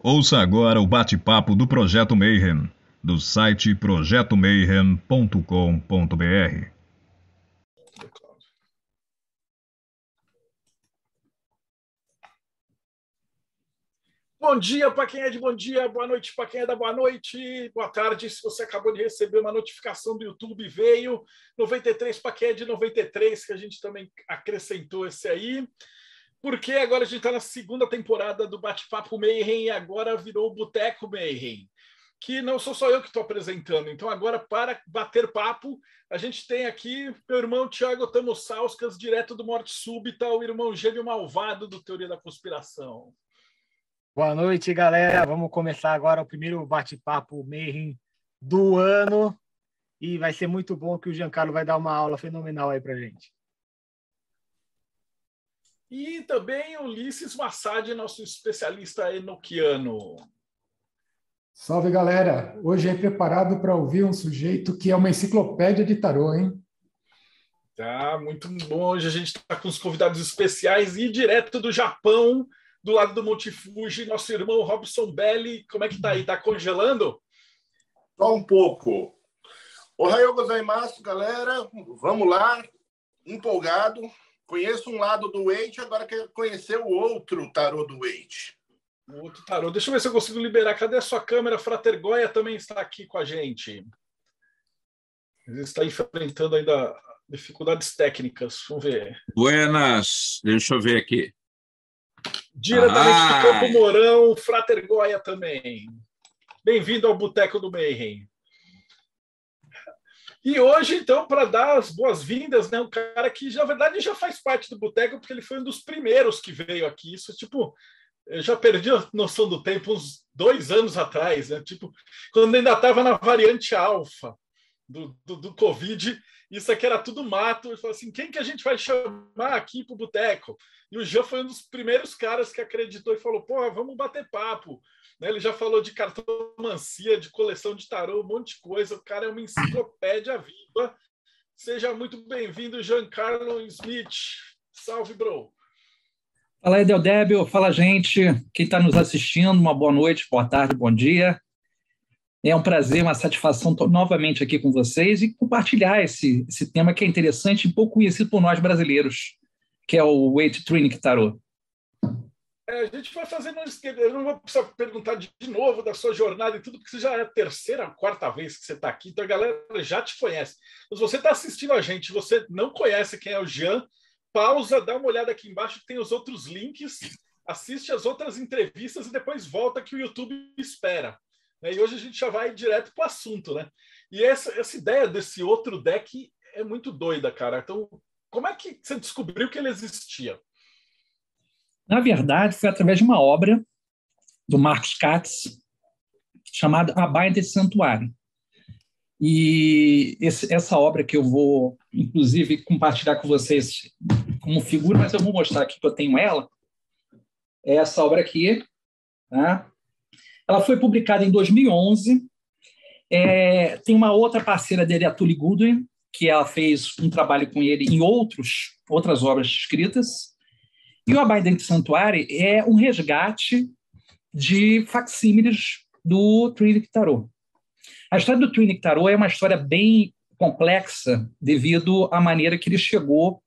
Ouça agora o bate-papo do Projeto Mayhem, do site projetomayhem.com.br. Bom dia para quem é de bom dia, boa noite para quem é da boa noite, boa tarde se você acabou de receber uma notificação do YouTube, veio 93 para quem é de 93, que a gente também acrescentou esse aí, porque agora a gente está na segunda temporada do Bate-Papo Mayhem e agora virou o Boteco Mayhem, que não sou só eu que estou apresentando. Então agora, para bater papo, a gente tem aqui meu irmão Thiago Tamosauskas, direto do Morte Súbita, o irmão gêmeo malvado do Teoria da Conspiração. Boa noite, galera. Vamos começar agora o primeiro bate-papo Mayhem do ano e vai ser muito bom que o Giancarlo vai dar uma aula fenomenal aí pra gente. E também Ulisses Massad, nosso especialista enoquiano. Salve, galera! Hoje é preparado para ouvir um sujeito que é uma enciclopédia de tarô, hein? Tá, muito bom. Hoje a gente está com os convidados especiais e direto do Japão, do lado do Monte Fuji, nosso irmão Robson Belli. Como é que tá aí? Tá congelando? Só um pouco. Ohayou gozaimasu, galera. Vamos lá. Empolgado. Conheço um lado do Wade, agora quero conhecer o outro tarô do Wade. O outro tarô. Deixa eu ver se eu consigo liberar. Cadê a sua câmera? Frater Goya também está aqui com a gente. Ele está enfrentando ainda dificuldades técnicas. Vamos ver. Buenas. Deixa eu ver aqui. Diretamente do Campo Mourão, Frater Goya também. Bem-vindo ao Boteco do Mayhem. E hoje, então, para dar as boas-vindas, né, um cara que, na verdade, já faz parte do Boteco, porque ele foi um dos primeiros que veio aqui. Isso, tipo, eu já perdi a noção do tempo uns 2 anos atrás, né? Tipo, quando ainda estava na variante alfa do Covid, isso aqui era tudo mato. Eu falei assim, quem que a gente vai chamar aqui para o Boteco? E o Jean foi um dos primeiros caras que acreditou e falou, pô, vamos bater papo. Ele já falou de cartomancia, de coleção de tarô, um monte de coisa. O cara é uma enciclopédia viva. Seja muito bem-vindo, Giancarlo Smith. Salve, bro. Fala aí, Deldébio. Fala, gente. Quem está nos assistindo, uma boa noite, boa tarde, bom dia. É um prazer, uma satisfação estar novamente aqui com vocês e compartilhar esse tema que é interessante e pouco conhecido por nós brasileiros, que é o Waite Trinity Tarot. A gente vai fazendo um esquema. Eu não vou precisar perguntar de novo da sua jornada e tudo, porque você já é a terceira, quarta vez que você está aqui, então a galera já te conhece. Mas você está assistindo a gente, você não conhece quem é o Jean, pausa, dá uma olhada aqui embaixo que tem os outros links, assiste as outras entrevistas e depois volta que o YouTube espera. E hoje a gente já vai direto para o assunto, né? E essa ideia desse outro deck é muito doida, cara. Então, como é que você descobriu que ele existia? Na verdade, foi através de uma obra do Marcos Katz, chamada A Binder Santuário. E essa obra que eu vou, inclusive, compartilhar com vocês como figura, mas eu vou mostrar aqui que eu tenho ela, é essa obra aqui. Tá? Ela foi publicada em 2011. Tem uma outra parceira dele, a Tully Goodwin, que ela fez um trabalho com ele em outras obras escritas. E o Abidente Santuário é um resgate de facsímiles do Trinity Tarot. A história do Trinity Tarot é uma história bem complexa devido à maneira que ele chegou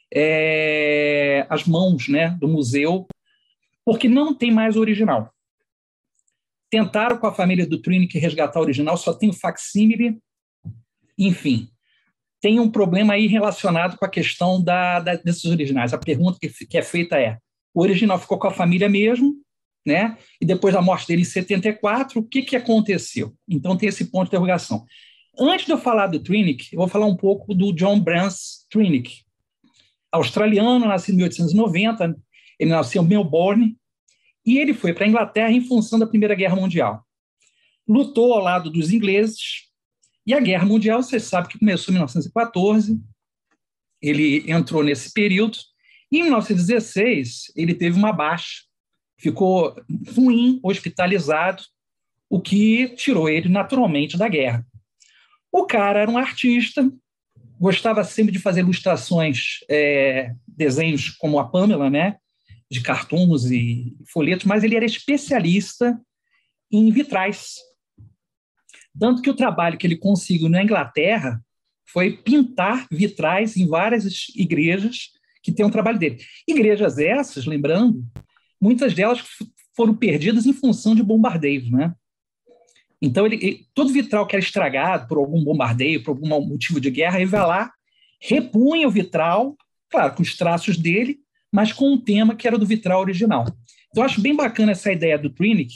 às mãos, né, do museu, porque não tem mais o original. Tentaram com a família do Trinity resgatar o original, só tem o facsímile, enfim. Tem um problema aí relacionado com a questão desses originais. A pergunta que é feita é, o original ficou com a família mesmo, né? E depois da morte dele em 74, o que aconteceu? Então tem esse ponto de interrogação. Antes de eu falar do Trinity, eu vou falar um pouco do John Brance Trinity. Australiano, nascido em 1890, ele nasceu em Melbourne, e ele foi para a Inglaterra em função da Primeira Guerra Mundial. Lutou ao lado dos ingleses. E a Guerra Mundial, vocês sabem que começou em 1914, ele entrou nesse período, e em 1916 ele teve uma baixa, ficou ruim, hospitalizado, o que tirou ele naturalmente da guerra. O cara era um artista, gostava sempre de fazer ilustrações, desenhos como a Pamela, né? de cartoons e folhetos, mas ele era especialista em vitrais. Tanto que o trabalho que ele conseguiu na Inglaterra foi pintar vitrais em várias igrejas que tem um trabalho dele. Igrejas essas, lembrando, muitas delas foram perdidas em função de bombardeios, né? Então, todo vitral que era estragado por algum bombardeio, por algum motivo de guerra, ele vai lá, repunha o vitral, claro, com os traços dele, mas com um tema que era do vitral original. Então, eu acho bem bacana essa ideia do Trinick,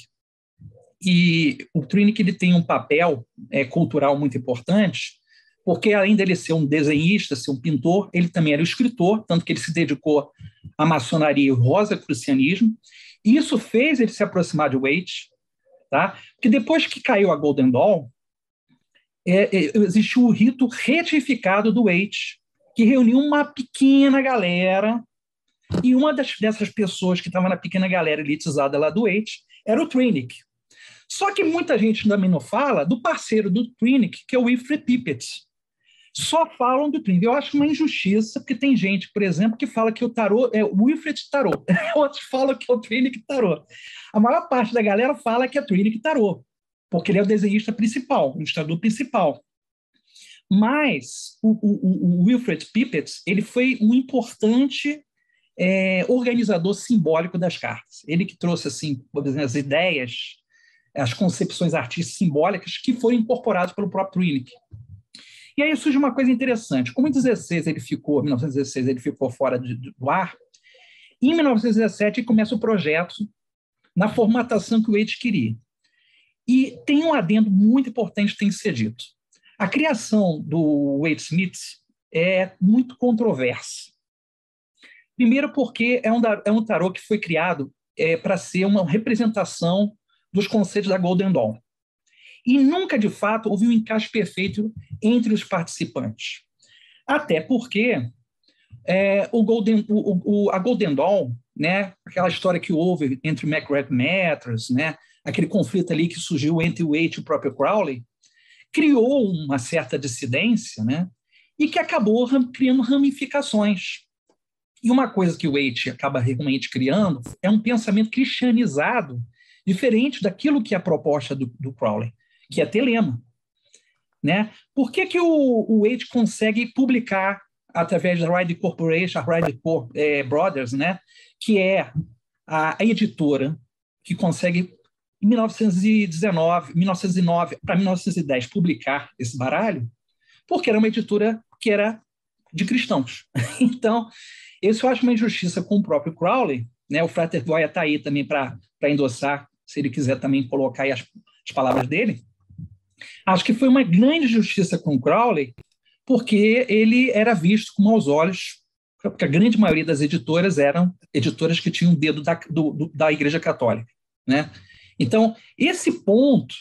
e o Trinick ele tem um papel cultural muito importante, porque além dele ser um desenhista, ser um pintor, ele também era um escritor, tanto que ele se dedicou à maçonaria e ao rosacrucianismo, e isso fez ele se aproximar de Waite, tá? Porque depois que caiu a Golden Dawn, existiu o rito retificado do Waite, que reuniu uma pequena galera, e uma dessas pessoas que estava na pequena galera elitizada lá do Waite era o Trinick. Só que muita gente também não fala do parceiro do Trinick, que é o Wilfred Pippet. Só falam do Trinick. Eu acho uma injustiça, porque tem gente, por exemplo, que fala que o tarô é o Wilfred Tarot. Outros falam que é o Trinick Tarot. A maior parte da galera fala que é Trinick Tarot, porque ele é o desenhista principal, o ilustrador principal. Mas o Wilfred Pippet, ele foi um importante organizador simbólico das cartas. Ele que trouxe assim, as ideias, as concepções artísticas simbólicas que foram incorporadas pelo próprio Trinick. E aí surge uma coisa interessante. Como em 1916 ele ficou fora do ar, em 1917 ele começa o projeto na formatação que o Waite queria. E tem um adendo muito importante que tem que ser dito. A criação do Waite Smith é muito controversa. Primeiro porque é um tarô que foi criado para ser uma representação dos conceitos da Golden Dawn. E nunca, de fato, houve um encaixe perfeito entre os participantes. Até porque a Golden Dawn, né, aquela história que houve entre o McGrath Mattress, né, aquele conflito ali que surgiu entre o Waite e o próprio Crowley, criou uma certa dissidência, né, e que acabou criando ramificações. E uma coisa que o Waite acaba realmente criando é um pensamento cristianizado, diferente daquilo que é a proposta do Crowley, que é telema. Né? Por que o Waite consegue publicar através da Ridley Corporation, a Ridley Brothers, né? Que é a editora que consegue, em 1909 para 1910, publicar esse baralho? Porque era uma editora que era de cristãos. Então, isso eu acho uma injustiça com o próprio Crowley, né? O Frater Goya está aí também para endossar, se ele quiser também colocar aí as palavras dele. Acho que foi uma grande injustiça com o Crowley, porque ele era visto com maus olhos, porque a grande maioria das editoras eram editoras que tinham o dedo da Igreja Católica, né? Então, nesse ponto,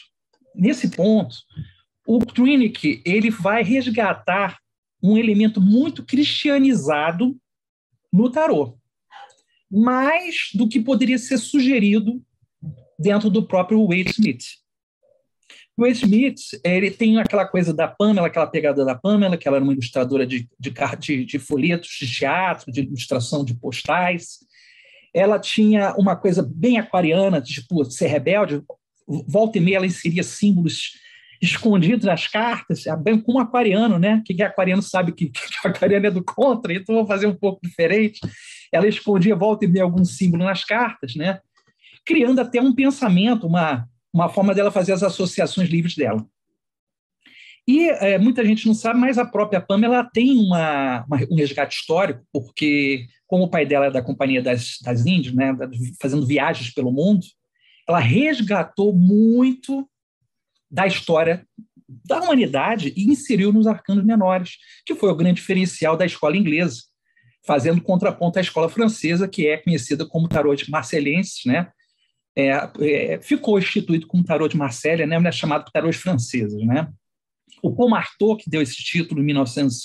o Trinick ele vai resgatar um elemento muito cristianizado no tarô, mais do que poderia ser sugerido dentro do próprio Waite Smith. O Waite Smith, ele tem aquela coisa da Pamela, aquela pegada da Pamela, que ela era uma ilustradora de folhetos de teatro, de ilustração de postais. Ela tinha uma coisa bem aquariana, tipo, ser rebelde. Volta e meia ela inseria símbolos escondidos nas cartas, bem como aquariano, né? Que aquariano sabe que aquariano é do contra, então vou fazer um pouco diferente. Ela escondia volta e meia algum símbolo nas cartas, né? Criando até um pensamento, uma forma dela fazer as associações livres dela. E muita gente não sabe, mas a própria Pamela tem um resgate histórico, porque como o pai dela é da Companhia das Índias, né, fazendo viagens pelo mundo, ela resgatou muito da história da humanidade e inseriu nos arcanos menores, que foi o grande diferencial da escola inglesa, fazendo contraponto à escola francesa, que é conhecida como tarô de marselhenses, né? Ficou instituído como tarô de Marselha, né? Chamado de tarôs franceses, né? O Paul Marteau, que deu esse título em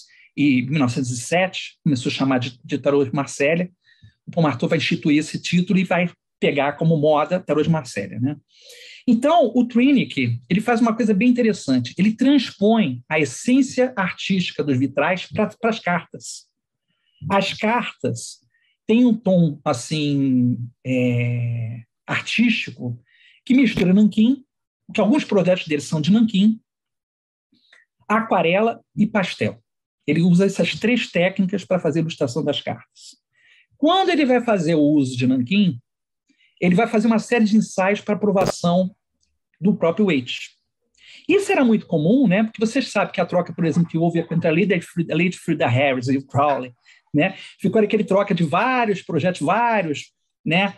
1907, começou a chamar de tarô de Marselha. O Paul Marteau vai instituir esse título e vai pegar como moda tarô de Marselha, né? Então, o Trinick, ele faz uma coisa bem interessante. Ele transpõe a essência artística dos vitrais para as cartas. As cartas, tem um tom assim artístico que mistura nanquim, que alguns projetos dele são de nanquim, aquarela e pastel. Ele usa essas 3 técnicas para fazer a ilustração das cartas. Quando ele vai fazer o uso de nanquim, ele vai fazer uma série de ensaios para aprovação do próprio Waite. Isso era muito comum, né? Porque vocês sabem que a troca, por exemplo, que houve entre a Lady Frida Harris e o Crowley, né? Ficou aquele troca de vários projetos, né?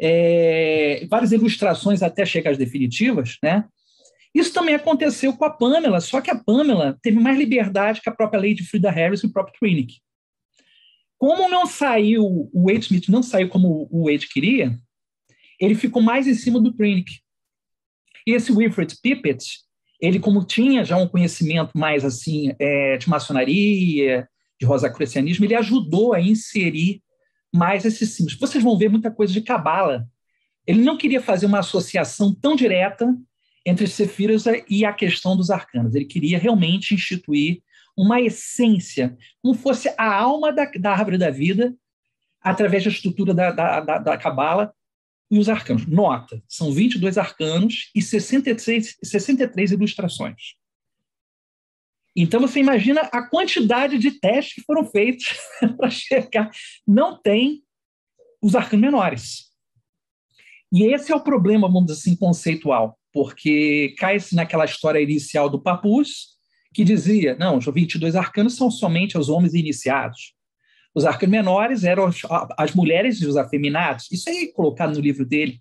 Várias ilustrações até chegar às definitivas, né? Isso também aconteceu com a Pamela, só que a Pamela teve mais liberdade que a própria Lady Frida Harris e o próprio Trinick. Como não saiu, o Wade Smith não saiu como o Wade queria, ele ficou mais em cima do Trinick. E esse Wilfred Pippett, ele, como tinha já um conhecimento mais assim de maçonaria, de rosacrucianismo, ele ajudou a inserir mais esses símbolos. Vocês vão ver muita coisa de cabala. Ele não queria fazer uma associação tão direta entre Sefiras e a questão dos arcanos. Ele queria realmente instituir uma essência, como fosse a alma da árvore da vida, através da estrutura da cabala e os arcanos. Nota, são 22 arcanos e 63 ilustrações. Então, você imagina a quantidade de testes que foram feitos para chegar. Não tem os arcanos menores. E esse é o problema, vamos dizer assim, conceitual, porque cai-se naquela história inicial do Papus, que dizia, não, os 22 arcanos são somente os homens iniciados. Os arcanos menores eram as mulheres e os afeminados. Isso aí é colocado no livro dele,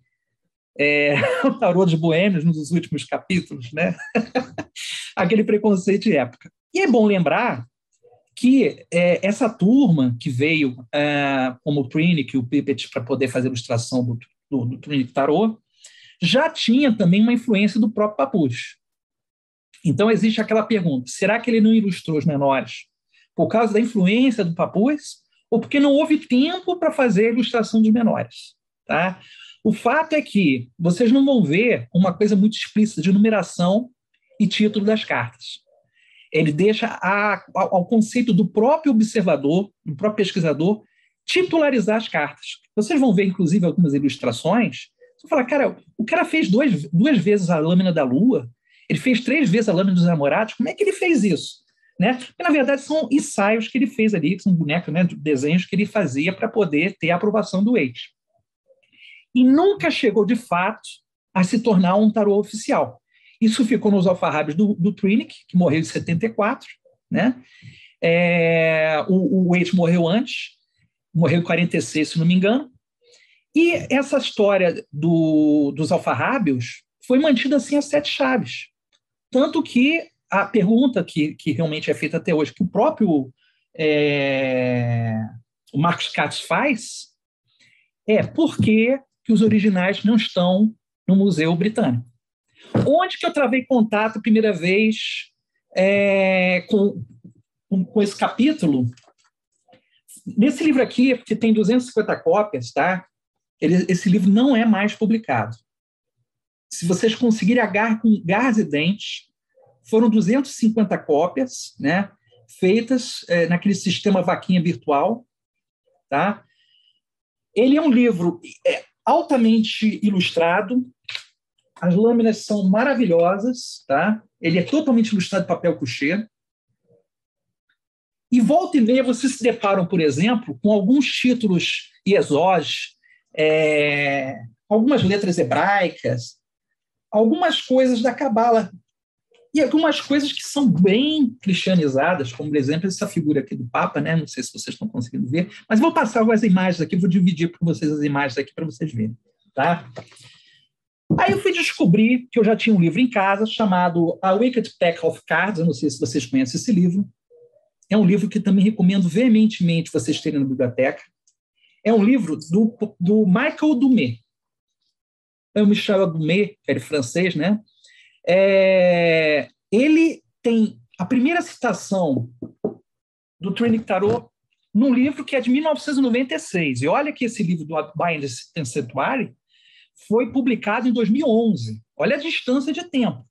o Tarô dos Boêmios, nos últimos capítulos, né? Aquele preconceito de época. E é bom lembrar que essa turma que veio como o Trinick e o Pippett para poder fazer a ilustração do Trinick Tarô, já tinha também uma influência do próprio Papus. Então, existe aquela pergunta, será que ele não ilustrou os menores por causa da influência do Papus ou porque não houve tempo para fazer a ilustração dos menores? Tá? O fato é que vocês não vão ver uma coisa muito explícita de numeração e título das cartas. Ele deixa ao conceito do próprio observador, do próprio pesquisador, titularizar as cartas. Vocês vão ver, inclusive, algumas ilustrações. Você fala, cara, o cara fez duas vezes a lâmina da lua, ele fez 3 vezes a lâmina dos namorados, como é que ele fez isso? Né? Porque, na verdade, são ensaios que ele fez ali, que são bonecos, né, desenhos que ele fazia para poder ter a aprovação do Waite. E nunca chegou, de fato, a se tornar um tarô oficial. Isso ficou nos alfarrábios do Trinick, que morreu em 74, né? O Waite morreu morreu em 46, se não me engano. E essa história dos alfarrábios foi mantida assim a 7 chaves. Tanto que a pergunta que realmente é feita até hoje, que o próprio o Marcos Katz faz, é por que os originais não estão no Museu Britânico. Onde que eu travei contato a primeira vez com esse capítulo? Nesse livro aqui, que tem 250 cópias, tá? Esse livro não é mais publicado. Se vocês conseguirem agarrar com garras e dentes, foram 250 cópias, né, feitas naquele sistema vaquinha virtual. Tá? Ele é um livro altamente ilustrado, as lâminas são maravilhosas, tá? Ele é totalmente ilustrado de papel couché. E volta e meia vocês se deparam, por exemplo, com alguns títulos iesós, algumas letras hebraicas, algumas coisas da Cabala e algumas coisas que são bem cristianizadas, como, por exemplo, essa figura aqui do Papa, né? Não sei se vocês estão conseguindo ver, mas vou passar algumas imagens aqui, vou dividir com vocês as imagens aqui para vocês verem. Tá? Aí eu fui descobrir que eu já tinha um livro em casa chamado A Wicked Pack of Cards, eu não sei se vocês conhecem esse livro. É um livro que também recomendo veementemente vocês terem na biblioteca. É um livro do Michael Dumais. É o Michel Dumais, que é francês, né? Ele tem a primeira citação do Trinick Tarot num livro que é de 1996. E olha que esse livro do Bind and Sanctuary foi publicado em 2011. Olha a distância de tempo.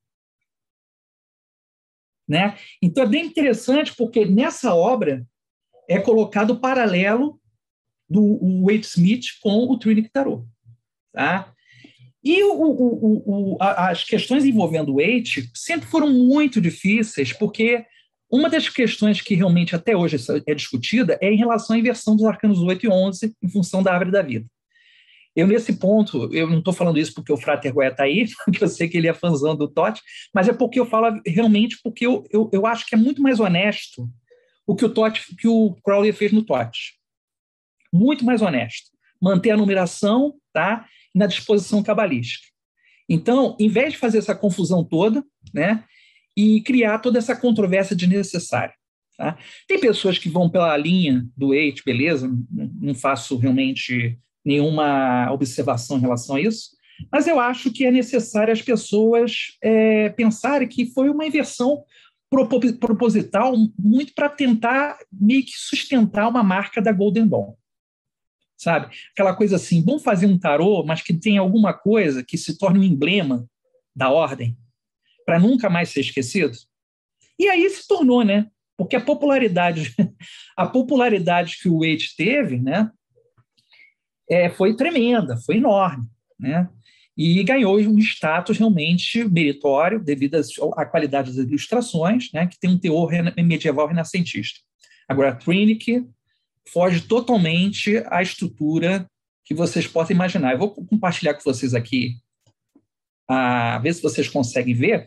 Né? Então, é bem interessante porque nessa obra é colocado o paralelo do Waite Smith com o Trinity Tarot. Tá? E as questões envolvendo o Waite sempre foram muito difíceis, porque uma das questões que realmente até hoje é discutida é em relação à inversão dos arcanos 8 e 11 em função da árvore da vida. Eu, nesse ponto, eu não estou falando isso porque o Frater Goya está aí, porque eu sei que ele é fãzão do Totti, mas é porque eu falo realmente porque eu acho que é muito mais honesto o que o Crowley fez no Totti. Muito mais honesto. Manter a numeração, tá, na disposição cabalística. Então, em vez de fazer essa confusão toda, né, e criar toda essa controvérsia desnecessária. Tá? Tem pessoas que vão pela linha do Waite, beleza, não faço realmente nenhuma observação em relação a isso, mas eu acho que é necessário as pessoas pensarem que foi uma inversão proposital muito para tentar meio que sustentar uma marca da Golden Dawn. Sabe? Aquela coisa assim, vamos fazer um tarô, mas que tenha alguma coisa que se torne um emblema da ordem, para nunca mais ser esquecido. E aí se tornou, né? Porque a popularidade que o Waite teve, né, foi tremenda, foi enorme, né? E ganhou um status realmente meritório devido à qualidade das ilustrações, né, que tem um teor medieval renascentista. Agora, a Trinity foge totalmente à estrutura que vocês possam imaginar. Eu vou compartilhar com vocês aqui, ver se vocês conseguem ver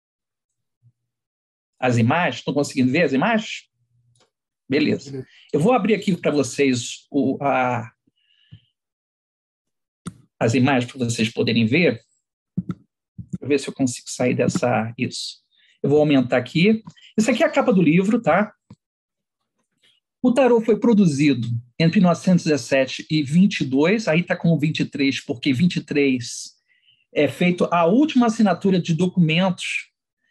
as imagens. Estão conseguindo ver as imagens? Beleza. Eu vou abrir aqui para vocês as imagens para vocês poderem ver. Deixa eu ver se eu consigo sair dessa... Isso. Eu vou aumentar aqui. Isso aqui é a capa do livro, tá? O tarô foi produzido entre 1917 e 22, aí está com 23, porque 23 é feito a última assinatura de documentos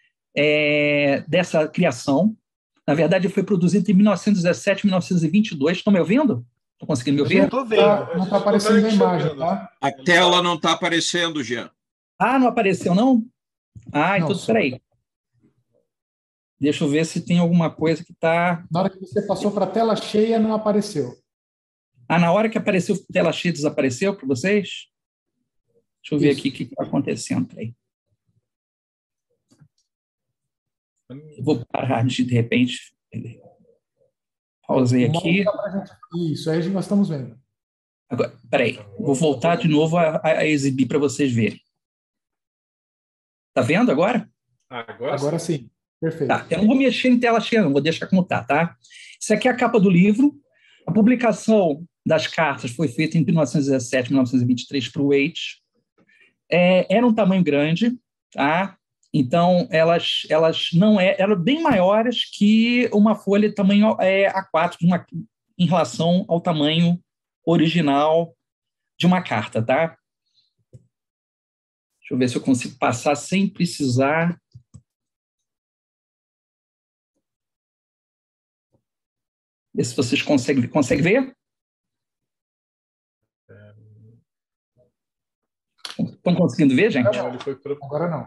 dessa criação. Na verdade, foi produzido em 1917 e 1922. Estão me ouvindo? Estão conseguindo me ouvir? Estou vendo. Não está aparecendo a imagem, tá? A tela não está aparecendo, Jean. Ah, não apareceu, não? Ah, então Não. espera aí. Deixa eu ver se tem alguma coisa que está... Na hora que você passou para a tela cheia, não apareceu. Ah, na hora que apareceu tela cheia, desapareceu para vocês? Deixa eu ver Isso. aqui o que está acontecendo. Aí. Eu vou parar de repente. Pausei aqui. Isso, aí nós estamos vendo. Agora, peraí, vou voltar de novo a exibir para vocês verem. Tá vendo agora? Agora Sim. Perfeito. Tá, eu não vou mexer em tela cheia, não, vou deixar como tá? Isso aqui é a capa do livro. A publicação das cartas foi feita em 1917, 1923 para o Waite. Era um tamanho grande, tá? Então, elas não eram bem maiores que uma folha de tamanho A4 em relação ao tamanho original de uma carta, tá? Deixa eu ver se eu consigo passar sem precisar. Ver se vocês conseguem ver. Estão conseguindo ver, gente? Agora não.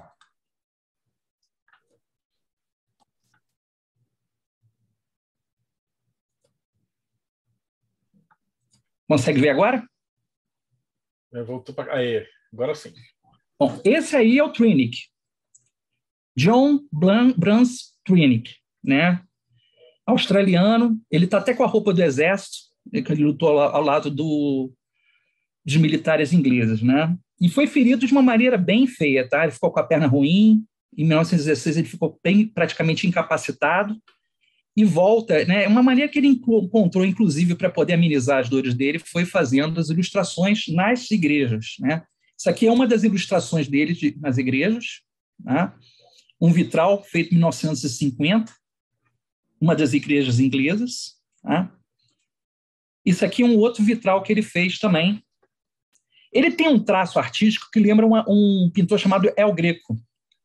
Consegue ver agora? Voltou para... Aí, agora sim. Bom, esse aí é o Trinity. John Bruns Trinity, né? Australiano. Ele está até com a roupa do exército, ele lutou ao lado dos militares ingleses, né? E foi ferido de uma maneira bem feia, tá? Ele ficou com a perna ruim. Em 1916 ele ficou praticamente incapacitado e volta, né? Uma maneira que ele encontrou, inclusive, para poder amenizar as dores dele, foi fazendo as ilustrações nas igrejas, né? Isso aqui é uma das ilustrações dele nas igrejas, né? Um vitral feito em 1950, uma das igrejas inglesas, né? Isso aqui é um outro vitral que ele fez também. Ele tem um traço artístico que lembra um pintor chamado El Greco.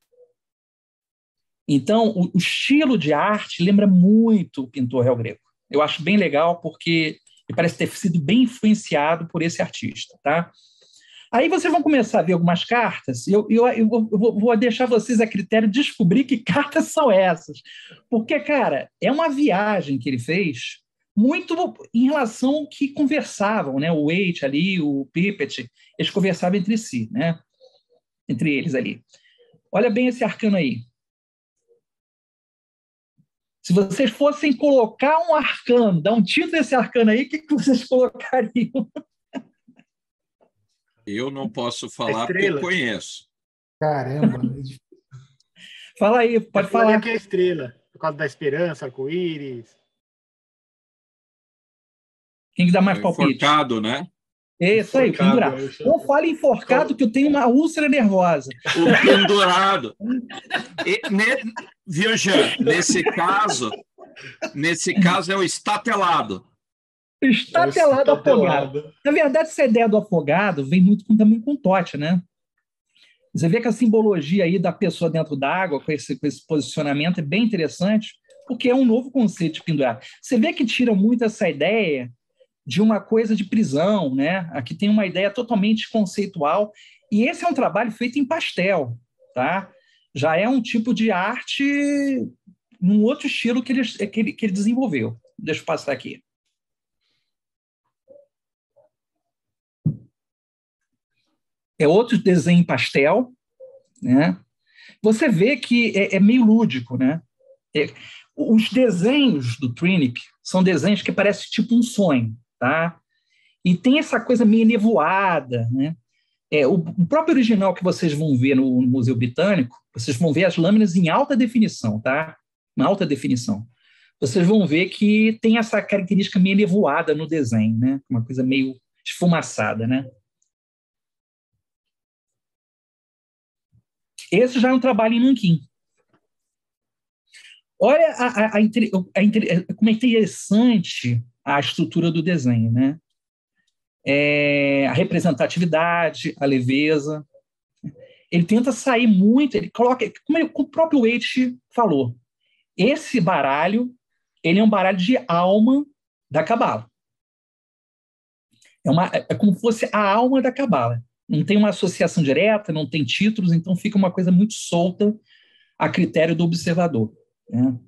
Então, o estilo de arte lembra muito o pintor El Greco. Eu acho bem legal porque ele parece ter sido bem influenciado por esse artista, tá? Aí vocês vão começar a ver algumas cartas, eu vou deixar vocês a critério de descobrir que cartas são essas. Porque, cara, é uma viagem que ele fez muito em relação ao que conversavam, né? O Waite ali, o Pippet, eles conversavam entre si, né? Entre eles ali. Olha bem esse arcano aí. Se vocês fossem colocar um arcano, dar um título a esse arcano aí, o que vocês colocariam? Eu não posso falar porque eu conheço. Caramba. Fala aí, pode falar. Que é a estrela, por causa da esperança, arco-íris. Quem que dá mais palpite? Enforcado, né? É isso aí, pendurado. Não fale enforcado, que eu tenho uma úlcera nervosa. O pendurado. Viu, Jean? Nesse caso é o estatelado. Estatelado afogado. Na verdade, essa ideia do afogado vem muito também com Totti, né? Você vê que a simbologia aí da pessoa dentro d'água, com esse posicionamento, é bem interessante, porque é um novo conceito de pendurado. Você vê que tira muito essa ideia de uma coisa de prisão, né? Aqui tem uma ideia totalmente conceitual, e esse é um trabalho feito em pastel, tá? Já é um tipo de arte num outro estilo que ele desenvolveu. Deixa eu passar aqui. É outro desenho em pastel, né? Você vê que é meio lúdico, né? Os desenhos do Trinic são desenhos que parecem tipo um sonho, tá? E tem essa coisa meio nevoada, né? O próprio original que vocês vão ver no Museu Britânico, vocês vão ver as lâminas em alta definição, tá? Em alta definição. Vocês vão ver que tem essa característica meio nevoada no desenho, né? Uma coisa meio esfumaçada, né? Esse já é um trabalho em nanquim. Olha como é interessante a estrutura do desenho, né? A representatividade, a leveza. Ele tenta sair muito, ele coloca, como o próprio Waite falou, esse baralho, ele é um baralho de alma da Cabala. É como se fosse a alma da Cabala. Não tem uma associação direta, não tem títulos, então fica uma coisa muito solta a critério do observador, né?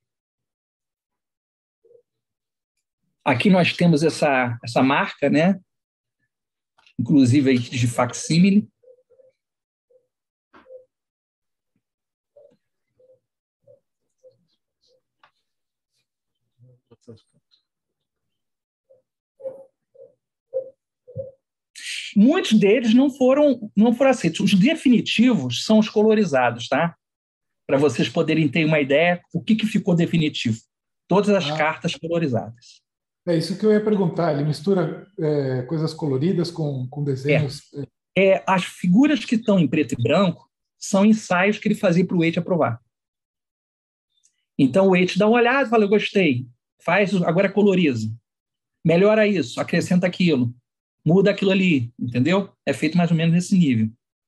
Aqui nós temos essa marca, né? Inclusive aí de facsímile. Muitos deles não foram aceitos. Os definitivos são os colorizados, tá? Para vocês poderem ter uma ideia o que ficou definitivo. Todas as cartas colorizadas. É isso que eu ia perguntar. Ele mistura coisas coloridas com desenhos. As figuras que estão em preto e branco são ensaios que ele fazia para o Waite aprovar. Então o Waite dá uma olhada e fala: eu gostei, agora coloriza, melhora isso, acrescenta aquilo, muda aquilo ali, entendeu? É feito mais ou menos nesse nível.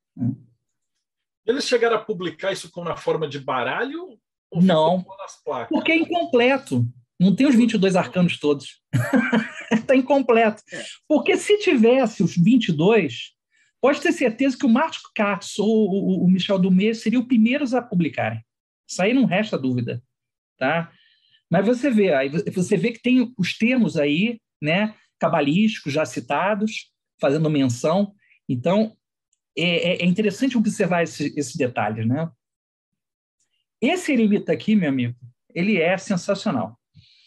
Eles chegaram a publicar isso na forma de baralho? Ou não, nas placas? Porque é incompleto. Não tem os 22 arcanos todos. Está incompleto. Porque se tivesse os 22, pode ter certeza que o Martin Katz ou o Michel Dumais seriam os primeiros a publicarem. Isso aí não resta dúvida. Tá? Mas você vê que tem os termos aí, né, cabalísticos já citados, fazendo menção. Então, é interessante observar esse detalhe, né? Esse eremita aqui, meu amigo, ele é sensacional.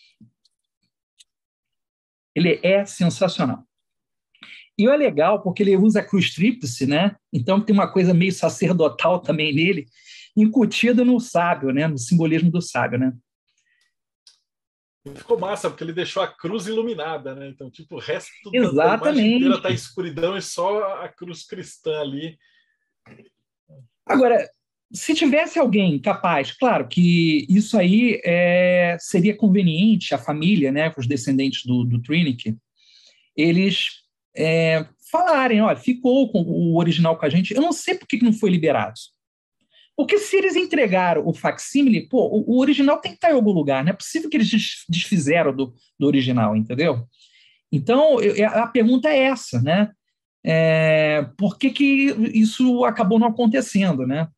Ele é sensacional. E é legal porque ele usa a cruz tríplice, né? Então tem uma coisa meio sacerdotal também nele, incutida no sábio, né? No simbolismo do sábio, né? Ficou massa, porque ele deixou a cruz iluminada, né? Então, tipo, o resto da imagem inteira está em escuridão e só a cruz cristã ali. Agora, se tivesse alguém capaz, claro que isso aí seria conveniente, a família, né, os descendentes do Trinic, eles falarem: olha, ficou com o original com a gente, eu não sei por que não foi liberado. Porque se eles entregaram o facsímile, o original tem que estar em algum lugar, não é possível que eles desfizeram do original, entendeu? Então, a pergunta é essa, né? Por que isso acabou não acontecendo, né?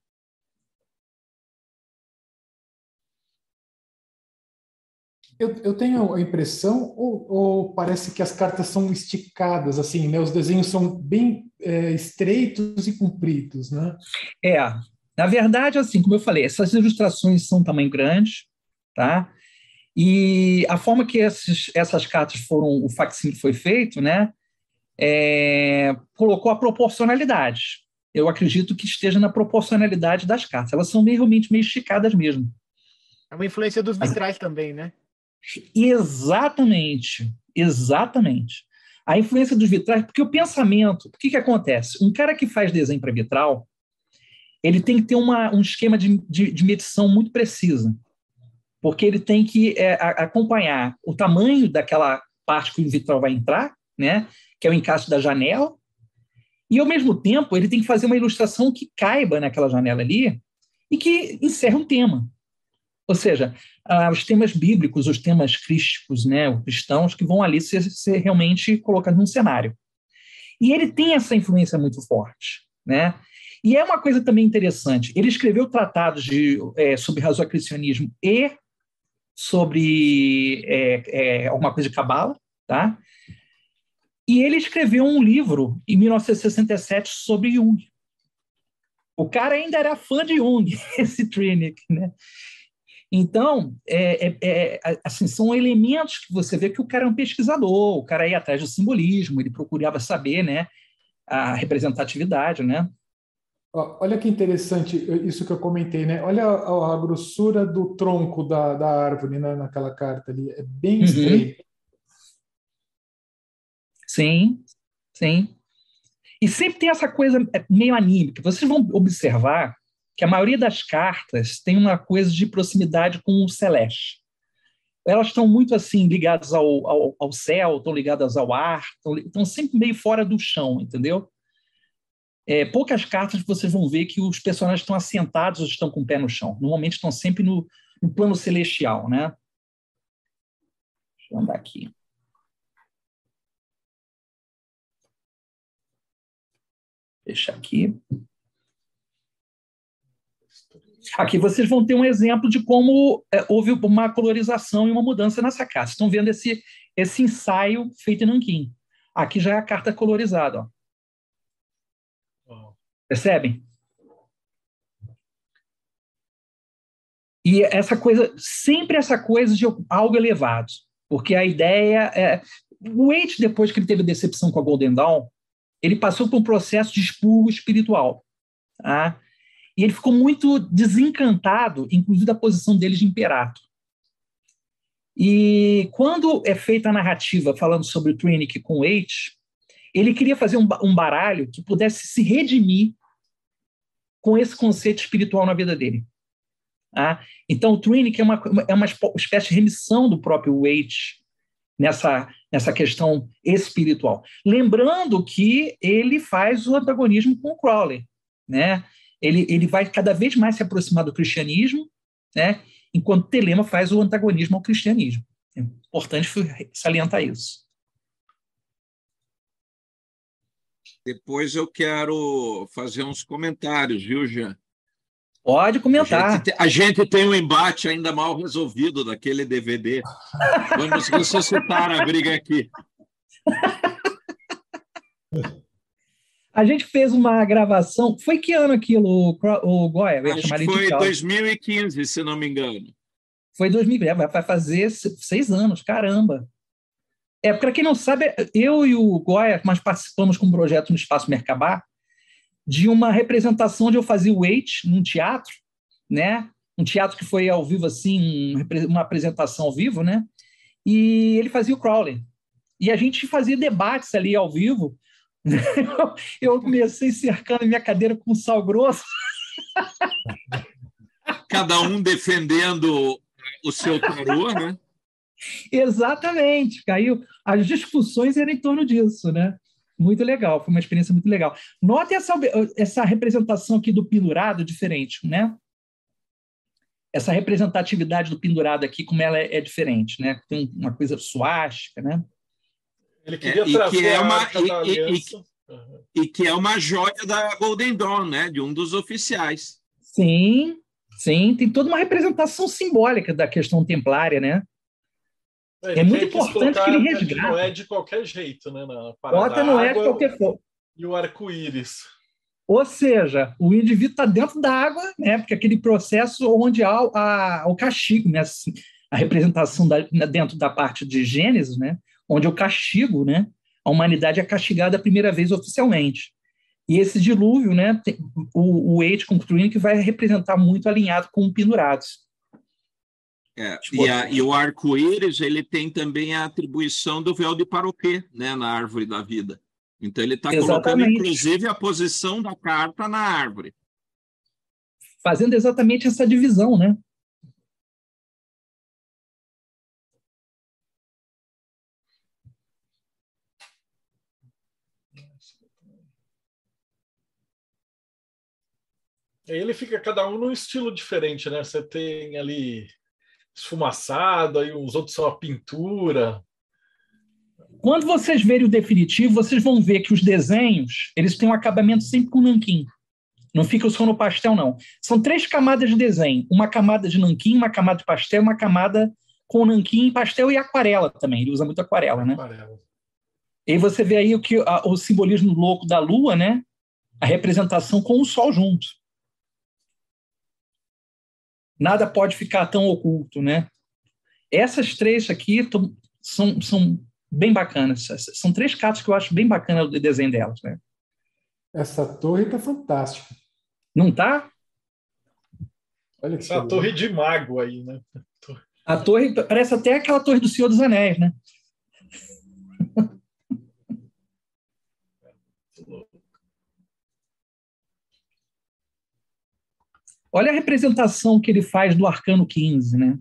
Eu tenho a impressão, ou parece que as cartas são esticadas, assim, né? Os desenhos são bem estreitos e compridos, né? Na verdade, assim, como eu falei, essas ilustrações são tamanho grande, tá? E a forma que essas cartas foram, o facsímile foi feito, né? Colocou a proporcionalidade. Eu acredito que esteja na proporcionalidade das cartas. Elas são realmente meio esticadas mesmo. É uma influência dos vitrais também, né? Exatamente. A influência dos vitrais, porque o pensamento, o que acontece? Um cara que faz desenho para vitral, ele tem que ter um esquema de medição muito preciso, porque ele tem que acompanhar o tamanho daquela parte que o vitral vai entrar, né? Que é o encaixe da janela, e, ao mesmo tempo, ele tem que fazer uma ilustração que caiba naquela janela ali e que encerre um tema. Ou seja, os temas bíblicos, os temas crísticos, né, os cristãos, que vão ali ser realmente colocados num cenário. E ele tem essa influência muito forte, né? E é uma coisa também interessante. Ele escreveu tratados sobre razoacristianismo e sobre alguma coisa de cabala, tá? E ele escreveu um livro em 1967 sobre Jung. O cara ainda era fã de Jung, esse Trinick, né? Então, assim, são elementos que você vê que o cara é um pesquisador, o cara ia atrás do simbolismo, ele procurava saber, né, a representatividade, né? Olha que interessante isso que eu comentei, né? Olha a grossura do tronco da árvore, né, naquela carta ali, é bem estreito. Sim. E sempre tem essa coisa meio anímica. Vocês vão observar que a maioria das cartas tem uma coisa de proximidade com o celeste. Elas estão muito assim ligadas ao céu, estão ligadas ao ar, estão sempre meio fora do chão, entendeu? Poucas cartas vocês vão ver que os personagens estão assentados ou estão com o pé no chão. Normalmente estão sempre no plano celestial, né? Deixa eu andar aqui. Deixa aqui. Aqui vocês vão ter um exemplo de como houve uma colorização e uma mudança nessa carta. Estão vendo esse ensaio feito em nanquim. Aqui já é a carta colorizada. Ó. Percebem? E sempre essa coisa de algo elevado. Porque a ideia é... O Waite, depois que ele teve decepção com a Golden Dawn, ele passou por um processo de expurgo espiritual. Tá? E ele ficou muito desencantado, inclusive, da posição dele de imperator. E quando é feita a narrativa falando sobre o Trinick com o Waite, ele queria fazer um baralho que pudesse se redimir com esse conceito espiritual na vida dele. Tá? Então, o Trinick é uma espécie de remissão do próprio Waite nessa questão espiritual. Lembrando que ele faz o antagonismo com o Crowley, né? Ele vai cada vez mais se aproximar do cristianismo, né? Enquanto Telema faz o antagonismo ao cristianismo. É importante salientar isso. Depois eu quero fazer uns comentários, viu, Jean? Pode comentar. A gente tem um embate ainda mal resolvido daquele DVD. Vamos ressuscitar a briga aqui. A gente fez uma gravação. Foi que ano aquilo, o Goya? Acho que foi 2015, se não me engano. Foi 2015, vai fazer 6 anos, caramba. Para quem não sabe, eu e o Goya, nós participamos com um projeto no Espaço Merkabah de uma representação onde eu fazia o Waite num teatro, né? Um teatro que foi ao vivo, assim, uma apresentação ao vivo, né? E ele fazia o Crowley. E a gente fazia debates ali ao vivo. Eu comecei cercando minha cadeira com sal grosso. Cada um defendendo o seu tarô, né? Exatamente. Caiu. As discussões eram em torno disso, né? Muito legal, foi uma experiência muito legal. Note essa representação aqui do pendurado diferente, né? Essa representatividade do pendurado aqui, como ela é diferente, né? Tem uma coisa suástica, né? Ele queria trazer a Arca da Aliança. E que é uma joia da Golden Dawn, né? De um dos oficiais. Sim, tem toda uma representação simbólica da questão templária, né? É muito quis importante que colocar ele a de resgata. Noé de qualquer jeito, né? Na parada Bota Noé de água qualquer forma. e o arco-íris. Ou seja, o indivíduo está dentro da água, né? Porque aquele processo onde há o castigo, né? A representação dentro da parte de Gênesis, né? Onde o castigo, né? A humanidade é castigada a primeira vez oficialmente. E esse dilúvio, né? O Wade com o Trinity vai representar muito alinhado com o Pendurados. E o arco-íris ele tem também a atribuição do véu de Paroquet, né? Na árvore da vida. Então, ele está colocando, inclusive, a posição da carta na árvore. Fazendo exatamente essa divisão, né? Aí ele fica cada um num estilo diferente, né? Você tem ali esfumaçado, aí os outros são a pintura. Quando vocês verem o definitivo, vocês vão ver que os desenhos, eles têm um acabamento sempre com nanquim. Não fica só no pastel, não. São 3 camadas de desenho. Uma camada de nanquim, uma camada de pastel, uma camada com nanquim, pastel e aquarela também. Ele usa muito aquarela, né? Aquarela. E aí você vê aí o simbolismo louco da lua, né? A representação com o sol junto. Nada pode ficar tão oculto, né? Essas 3 aqui são bem bacanas. São 3 cartas que eu acho bem bacana o desenho delas, né? Essa torre tá fantástica. Não tá? Olha que Essa torre de mago aí, né? A torre parece até aquela torre do Senhor dos Anéis, né? Olha a representação que ele faz do Arcano 15, né?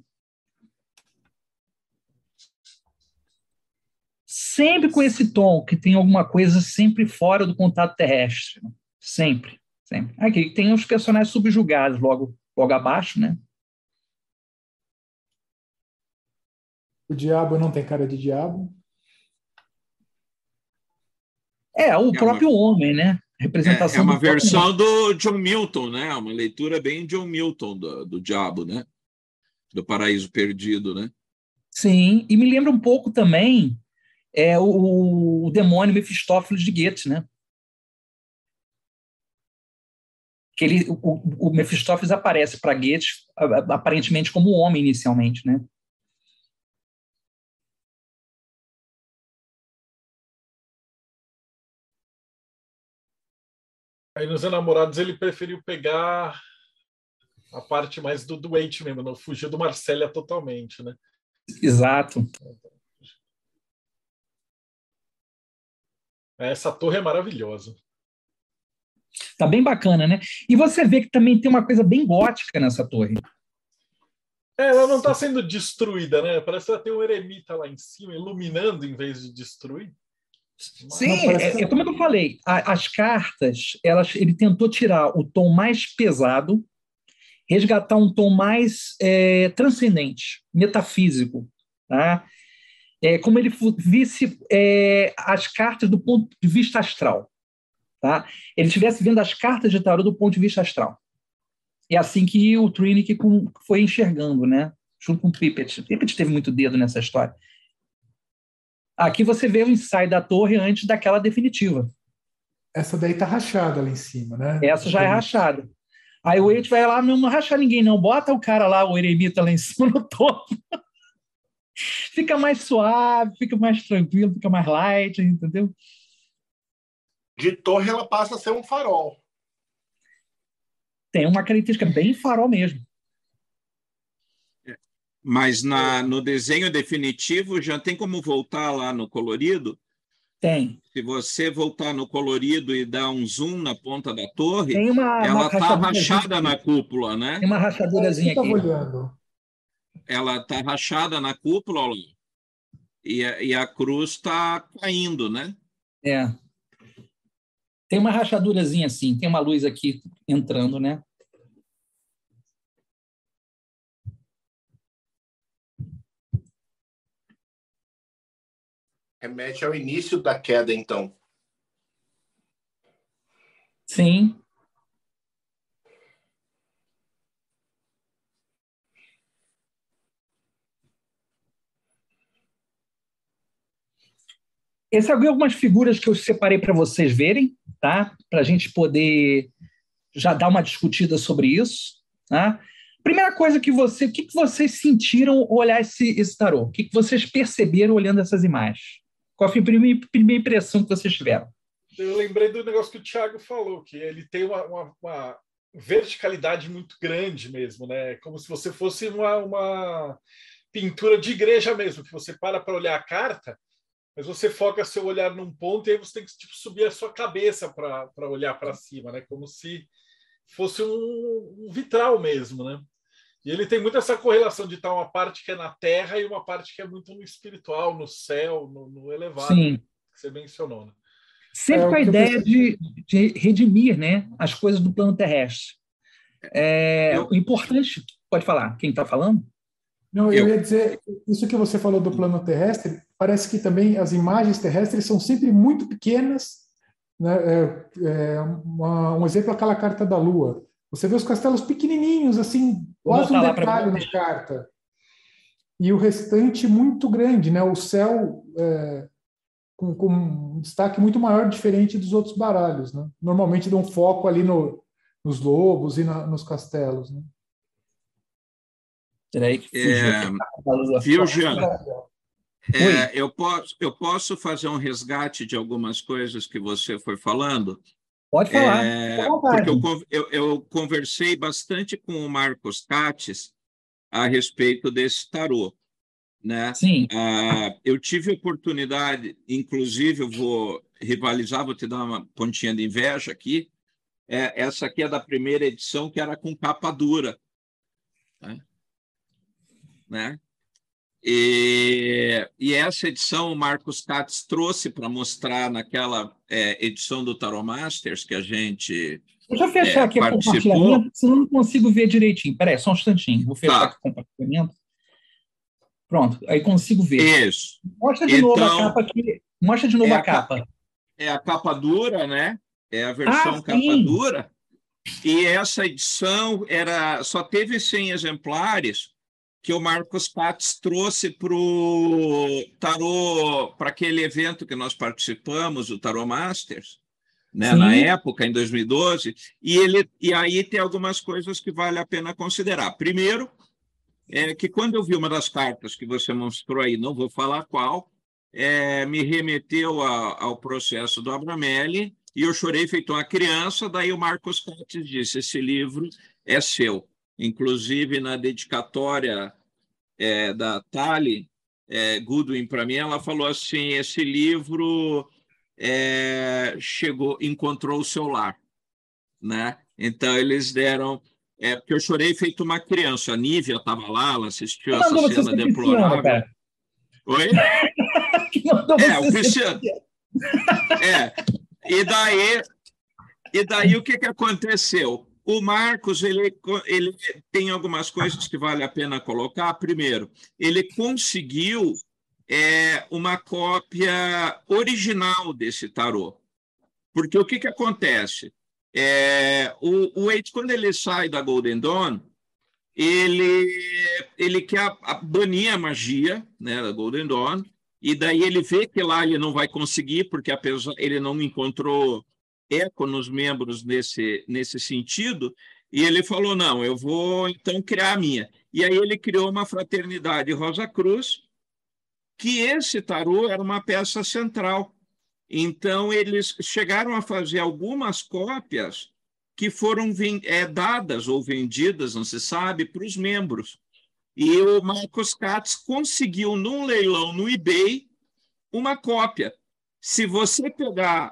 Sempre com esse tom, que tem alguma coisa sempre fora do contato terrestre. Né? Sempre, sempre. Aqui tem os personagens subjugados logo abaixo, né? O diabo não tem cara de diabo. O próprio homem, né? Representação é uma do próprio versão do John Milton, né? Uma leitura bem John Milton do diabo, né? Do Paraíso Perdido, né? Sim, e me lembra um pouco também o demônio Mefistófeles de Goethe, né? Que o Mefistófeles aparece para Goethe aparentemente como homem inicialmente, né? Aí nos Enamorados ele preferiu pegar a parte mais do doente mesmo, não fugiu do Marcélia totalmente, né? Exato. Essa torre é maravilhosa. Tá bem bacana, né? E você vê que também tem uma coisa bem gótica nessa torre. Ela não está sendo destruída, né? Parece que ela tem um eremita lá em cima, iluminando em vez de destruir. Sim, como eu falei, as cartas, ele tentou tirar o tom mais pesado, resgatar um tom mais transcendente, metafísico, tá? Como ele visse as cartas do ponto de vista astral, tá? Ele estivesse vendo as cartas de tarô do ponto de vista astral. É assim que o Trinity foi enxergando, né? Junto com o Pippet. Pippet teve muito dedo nessa história. Aqui você vê o ensaio da torre antes daquela definitiva. Essa daí tá rachada lá em cima, né? Essa já é rachada. Aí o Wade vai lá, não racha ninguém não, bota o cara lá, o eremita lá em cima no topo. Fica mais suave, fica mais tranquilo, fica mais light, entendeu? De torre ela passa a ser um farol. Tem uma característica bem farol mesmo. Mas no desenho definitivo já tem como voltar lá no colorido? Tem. Se você voltar no colorido e dar um zoom na ponta da torre, tem ela está rachada na cúpula, né? Tem uma rachadurazinha aqui. Olhando. Ela está rachada na cúpula, olha, e a cruz está caindo, né? Tem uma rachadurazinha assim, tem uma luz aqui entrando, né? Remete ao início da queda, então. Sim. Essas são algumas figuras que eu separei para vocês verem, tá? Para a gente poder já dar uma discutida sobre isso, tá? Primeira coisa o que vocês sentiram ao olhar esse tarô? O que vocês perceberam olhando essas imagens? Qual foi a primeira impressão que vocês tiveram? Eu lembrei do negócio que o Thiago falou, que ele tem uma verticalidade muito grande mesmo, né? Como se você fosse uma pintura de igreja mesmo, que você para olhar a carta, mas você foca seu olhar num ponto e aí você tem que tipo, subir a sua cabeça para olhar para cima, né? Como se fosse um vitral mesmo, né? E ele tem muito essa correlação de estar uma parte que é na terra e uma parte que é muito no espiritual, no céu, no elevado, Sim. Né? Que você mencionou, né? Sempre com a ideia de redimir, né, as coisas do plano terrestre. O importante... Pode falar, quem está falando? Não, eu ia dizer, isso que você falou do plano terrestre, parece que também as imagens terrestres são sempre muito pequenas, né? Um exemplo é aquela carta da Lua. Você vê os castelos pequenininhos, assim, quase um detalhe na carta. E o restante muito grande, né? O céu com um destaque muito maior, diferente dos outros baralhos, né? Normalmente dão foco ali nos lobos e nos castelos, né? Viu, Jean? Eu posso fazer um resgate de algumas coisas que você foi falando? Pode falar. Porque eu conversei bastante com o Marcos Cates a respeito desse tarô, né? Sim. Eu tive oportunidade, inclusive eu vou rivalizar, vou te dar uma pontinha de inveja aqui. Essa aqui é da primeira edição, que era com capa dura, né? E essa edição o Marcos Cates trouxe para mostrar naquela edição do Tarot Masters que a gente Deixa eu fechar aqui o compartilhamento, senão eu não consigo ver direitinho. Espera aí, só um instantinho. Vou fechar aqui o compartilhamento. Pronto, aí consigo ver. Isso. Mostra de novo a capa aqui. Mostra de novo a capa. É a capa dura, né? É a versão capa dura. E essa edição só teve 100 exemplares que o Marcos Cates trouxe para o tarô, para aquele evento que nós participamos, o Tarot Masters, né, na época, em 2012, e aí tem algumas coisas que vale a pena considerar. Primeiro, que quando eu vi uma das cartas que você mostrou aí, não vou falar qual, me remeteu ao processo do Abramelli, e eu chorei feito uma criança, daí o Marcos Cates disse, esse livro é seu. Inclusive, na dedicatória da Tali Goodwin para mim, ela falou assim, esse livro encontrou o seu lar, né? Então, eles deram... porque eu chorei feito uma criança. A Nívia estava lá, ela assistiu essa cena deplorável. Oi? O Cristiano. E daí o que aconteceu? O Marcos ele tem algumas coisas que vale a pena colocar. Primeiro, ele conseguiu uma cópia original desse tarô. Porque o que acontece? O Waite, quando ele sai da Golden Dawn, ele quer banir a magia, né, da Golden Dawn, e daí ele vê que lá ele não vai conseguir, porque apesar ele não encontrou eco nos membros nesse sentido, e ele falou, não, eu vou então criar a minha. E aí ele criou uma fraternidade Rosa Cruz, que esse tarô era uma peça central. Então, eles chegaram a fazer algumas cópias que foram dadas ou vendidas, não se sabe, para os membros. E o Marcos Cates conseguiu, num leilão no eBay, uma cópia. Se você pegar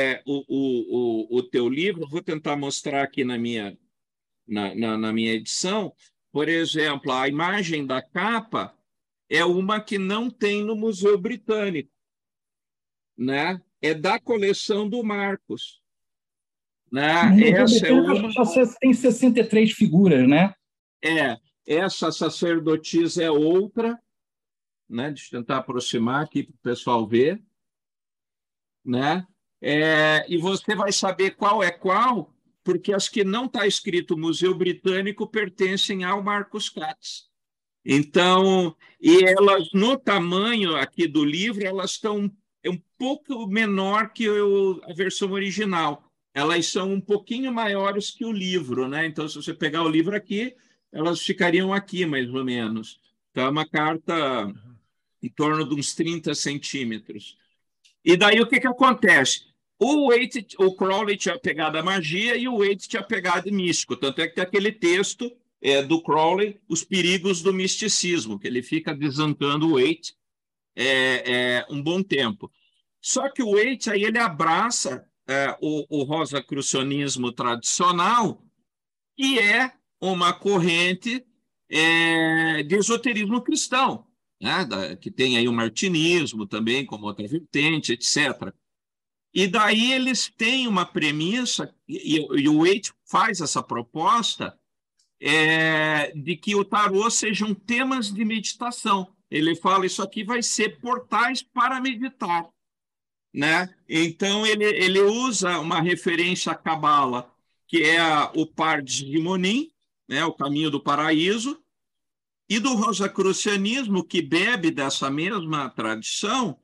o teu livro, vou tentar mostrar aqui na minha edição, por exemplo, a imagem da capa é uma que não tem no Museu Britânico, né? É da coleção do Marcos. Né? Essa é uma... Tem 63 figuras, né? Essa sacerdotisa é outra, né? Deixa eu tentar aproximar aqui para o pessoal ver. Né? E você vai saber qual é qual, porque as que não está escrito Museu Britânico pertencem ao Marcos Cates. Então, e elas, no tamanho aqui do livro, elas estão pouco menor que a versão original. Elas são um pouquinho maiores que o livro, né? Então, se você pegar o livro aqui, elas ficariam aqui, mais ou menos. Então, é uma carta em torno de uns 30 centímetros. E daí, o que acontece? O Crowley tinha pegado a magia e o Waite tinha pegado o místico. Tanto é que tem aquele texto do Crowley, Os Perigos do Misticismo, que ele fica desancando o Waite um bom tempo. Só que o Waite aí ele abraça o rosacrucianismo tradicional, que é uma corrente de esoterismo cristão, né? Que tem aí o martinismo também como outra vertente, etc. E daí eles têm uma premissa, e o Waite faz essa proposta, de que o tarô sejam temas de meditação. Ele fala, isso aqui vai ser portais para meditar, né? Então, ele usa uma referência à Cabala, que é o Pardes de Monim, né? O Caminho do Paraíso, e do rosacrucianismo, que bebe dessa mesma tradição,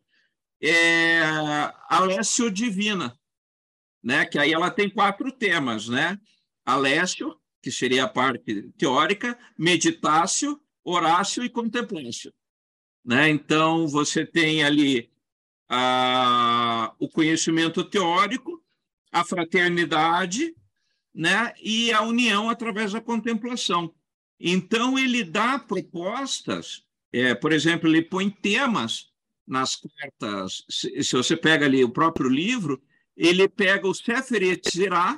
a Lécio Divina, né? Que aí ela tem 4 temas, né? A Lécio, que seria a parte teórica, Meditácio, Horácio e Contemplácio, né? Então, você tem ali o conhecimento teórico, a fraternidade, né? E a união através da contemplação. Então, ele dá propostas, por exemplo, ele põe temas nas cartas. Se você pega ali o próprio livro, ele pega o Sefer Yetzirah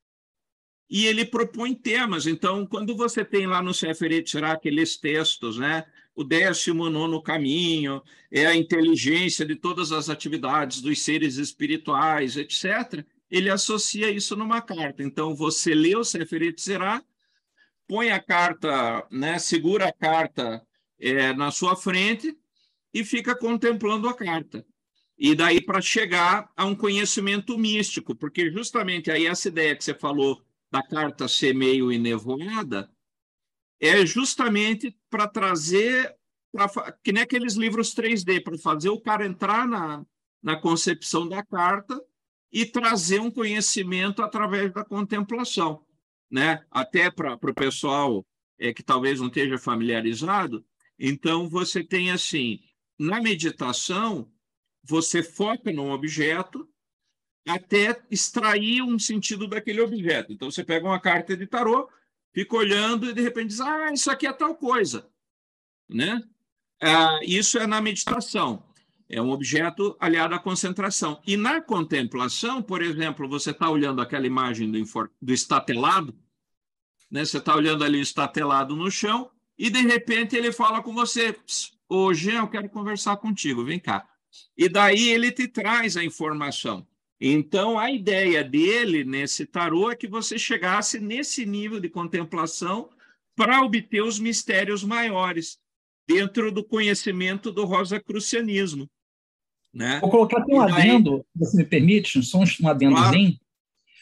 e ele propõe temas. Então, quando você tem lá no Sefer Yetzirah aqueles textos, né? O 19º caminho, a inteligência de todas as atividades dos seres espirituais, etc., ele associa isso numa carta. Então, você lê o Sefer Yetzirah, põe a carta, né? Segura a carta na sua frente e fica contemplando a carta. E daí para chegar a um conhecimento místico, porque justamente aí essa ideia que você falou da carta ser meio enevoada, é justamente para trazer, que nem aqueles livros 3D, para fazer o cara entrar na concepção da carta e trazer um conhecimento através da contemplação, né? Até para o pessoal que talvez não esteja familiarizado. Então, você tem assim, na meditação, você foca num objeto até extrair um sentido daquele objeto. Então, você pega uma carta de tarô, fica olhando e, de repente, diz, isso aqui é tal coisa, né? Isso é na meditação. É um objeto aliado à concentração. E na contemplação, por exemplo, você está olhando aquela imagem do estatelado, né? Você está olhando ali o estatelado no chão e, de repente, ele fala com você, ô Jean, eu quero conversar contigo, vem cá. E daí ele te traz a informação. Então, a ideia dele nesse tarô é que você chegasse nesse nível de contemplação para obter os mistérios maiores dentro do conhecimento do rosacrucianismo, né? Vou colocar até um adendo, se você me permite, só um adendozinho. Claro.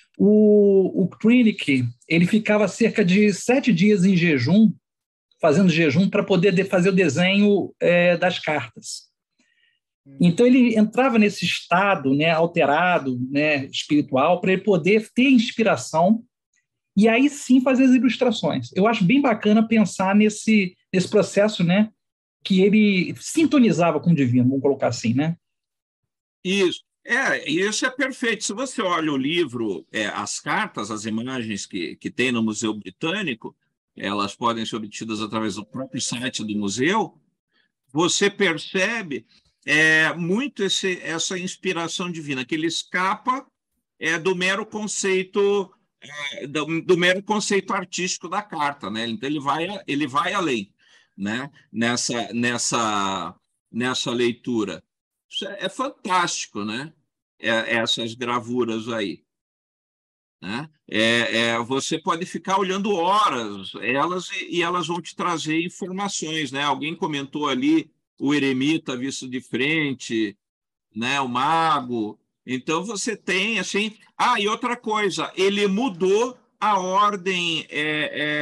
O Kreinik, ele ficava cerca de 7 dias em jejum, fazendo jejum para poder fazer o desenho das cartas. Então, ele entrava nesse estado, né, alterado, né, espiritual, para ele poder ter inspiração e aí sim fazer as ilustrações. Eu acho bem bacana pensar nesse processo, né, que ele sintonizava com o divino, vamos colocar assim, né? Isso. Isso é perfeito. Se você olha o livro, as cartas, as imagens que tem no Museu Britânico, elas podem ser obtidas através do próprio site do museu, você percebe muito essa inspiração divina, que ele escapa do mero conceito do mero conceito artístico da carta, né? Então ele vai além, né? Nessa leitura. Isso é fantástico, né? Essas gravuras aí, né? Você pode ficar olhando horas elas e elas vão te trazer informações, né? Alguém comentou ali o eremita visto de frente, né? O mago. Então, você tem, assim... e outra coisa, ele mudou a ordem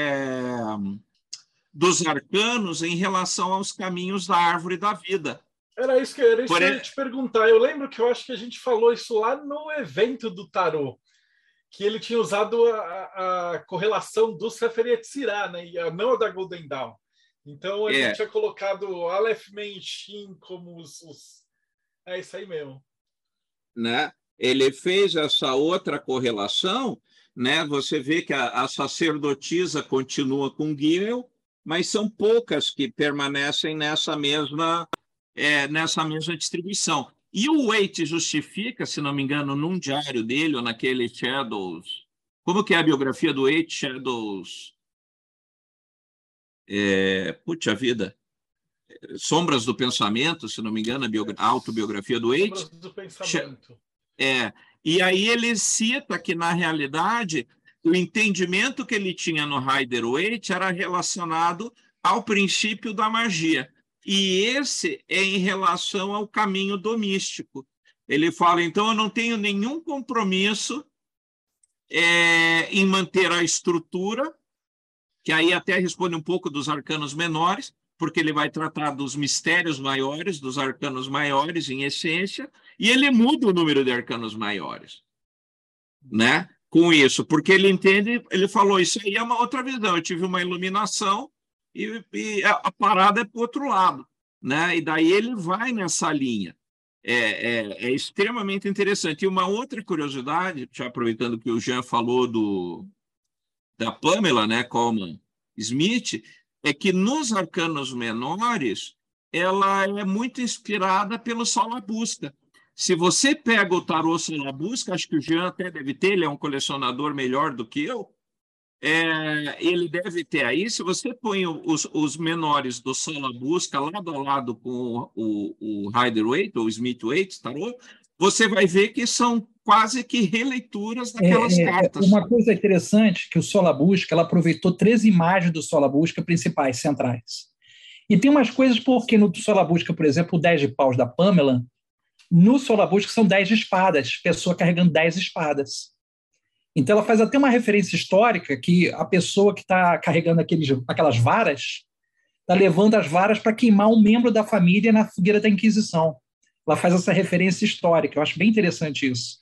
dos arcanos em relação aos caminhos da árvore da vida, Era isso que eu ia te perguntar. Eu lembro que eu acho que a gente falou isso lá no evento do tarô, que ele tinha usado a correlação do Sefer Yetzirah, né? E não a da Golden Dawn. Então, ele tinha colocado Aleph, Mem, Shin como os... É isso aí mesmo. Né? Ele fez essa outra correlação, né? Você vê que a sacerdotisa continua com Gimel, mas são poucas que permanecem nessa mesma distribuição. E o Waite justifica, se não me engano, num diário dele, ou naquele Shadows... Como que é a biografia do Waite? Shadows... Puxa vida... Sombras do Pensamento, se não me engano, a autobiografia do Waite. Sombras do Pensamento. E aí ele cita que, na realidade, o entendimento que ele tinha no Rider-Waite era relacionado ao princípio da magia. E esse é em relação ao caminho do místico. Ele fala, então, eu não tenho nenhum compromisso em manter a estrutura, que aí até responde um pouco dos arcanos menores, porque ele vai tratar dos mistérios maiores, dos arcanos maiores, em essência, e ele muda o número de arcanos maiores, né? Com isso, porque ele entende, ele falou, isso aí é uma outra visão, eu tive uma iluminação e a parada é para o outro lado, né? E daí ele vai nessa linha. É extremamente interessante. E uma outra curiosidade, já aproveitando que o Jean falou da Pamela, né, Coleman Smith, é que nos arcanos menores ela é muito inspirada pelo Solabusca. Se você pega o tarô Solabusca, acho que o Jean até deve ter, ele é um colecionador melhor do que eu, ele deve ter aí, se você põe os menores do Solabusca lado a lado com o Rider-Waite ou Smith-Waite tarô, você vai ver que são quase que releituras daquelas cartas. Uma coisa interessante que o Solabusca, ela aproveitou 13 imagens do Solabusca principais, centrais. E tem umas coisas porque no Solabusca, por exemplo, o 10 de paus da Pamela, no Solabusca são 10 de espadas, pessoa carregando 10 espadas. Então ela faz até uma referência histórica que a pessoa que está carregando aquelas varas está levando as varas para queimar um membro da família na fogueira da Inquisição. Ela faz essa referência histórica. Eu acho bem interessante isso.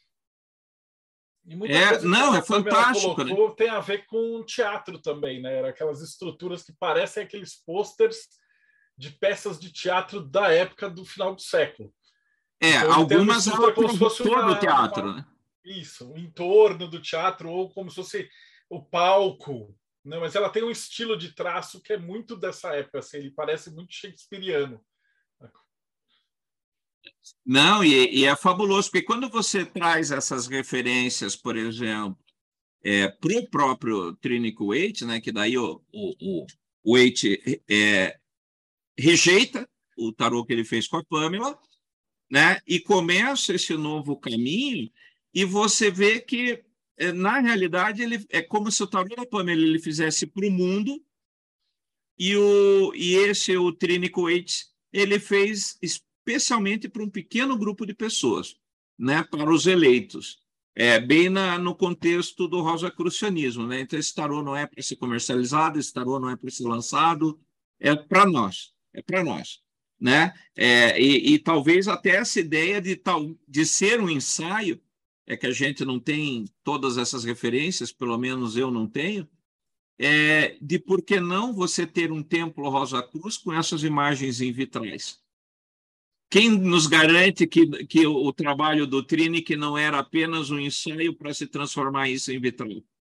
É fantástico. Colocou, né? Tem a ver com teatro também, né? Era aquelas estruturas que parecem aqueles pôsteres de peças de teatro da época do final do século. Então, algumas ela como se fosse todo o teatro, né? Isso, o entorno do teatro, ou como se fosse o palco. Né? Mas ela tem um estilo de traço que é muito dessa época, assim, ele parece muito shakespeariano. Não, e é fabuloso, porque quando você traz essas referências, por exemplo, para o próprio Trinity Waite, né, que daí o Waite rejeita o tarô que ele fez com a Pamela, né, e começa esse novo caminho, e você vê que, na realidade, ele é como se o tarô da Pamela ele fizesse para o mundo, e o Trinity Waite ele fez especialmente para um pequeno grupo de pessoas, né, para os eleitos, bem no contexto do rosacrucianismo, né? Então, esse tarô não é para ser comercializado, esse tarô não é para ser lançado, é para nós, né? E talvez até essa ideia de ser um ensaio, que a gente não tem todas essas referências, pelo menos eu não tenho, de por que não você ter um templo Rosa Cruz com essas imagens em vitrais. Quem nos garante que o trabalho do Trini não era apenas um ensaio para se transformar isso em vitral?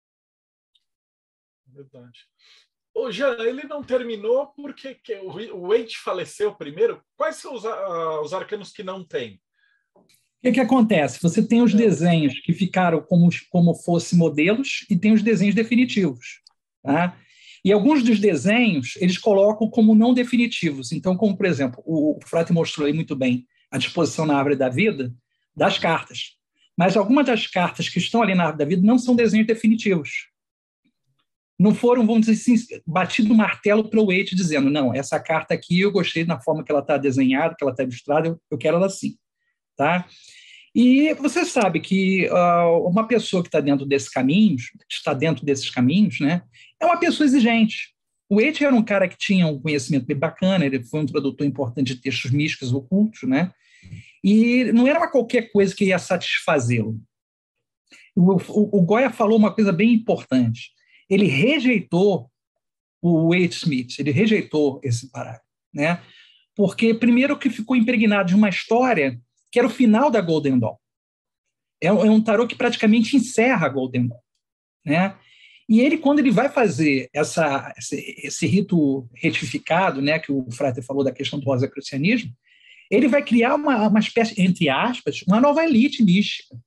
Verdade. Ô, Jean, ele não terminou porque o Waite faleceu primeiro. Quais são os arcanos que não tem? O que acontece? Você tem os desenhos que ficaram como fossem modelos e tem os desenhos definitivos. Tá? E alguns dos desenhos eles colocam como não definitivos. Então, como, por exemplo, o Frati mostrou aí muito bem a disposição na Árvore da Vida das cartas. Mas algumas das cartas que estão ali na Árvore da Vida não são desenhos definitivos. Não foram, vamos dizer assim, batido o martelo para o Waite dizendo, não, essa carta aqui eu gostei da forma que ela está desenhada, que ela está ilustrada, eu quero ela assim. Tá? E você sabe que uma pessoa que está dentro desses caminhos, né, é uma pessoa exigente. O Waite era um cara que tinha um conhecimento bem bacana, ele foi um tradutor importante de textos místicos ocultos, né? E não era uma qualquer coisa que ia satisfazê-lo. O Goya falou uma coisa bem importante. Ele rejeitou o Waite Smith, ele rejeitou esse parágrafo, né? Porque, primeiro, que ficou impregnado de uma história que era o final da Golden Dawn. É um tarô que praticamente encerra a Golden Dawn, né? E ele, quando ele vai fazer esse rito retificado, né, que o Frater falou da questão do rosacrucianismo, ele vai criar uma espécie, entre aspas, uma nova elite mística.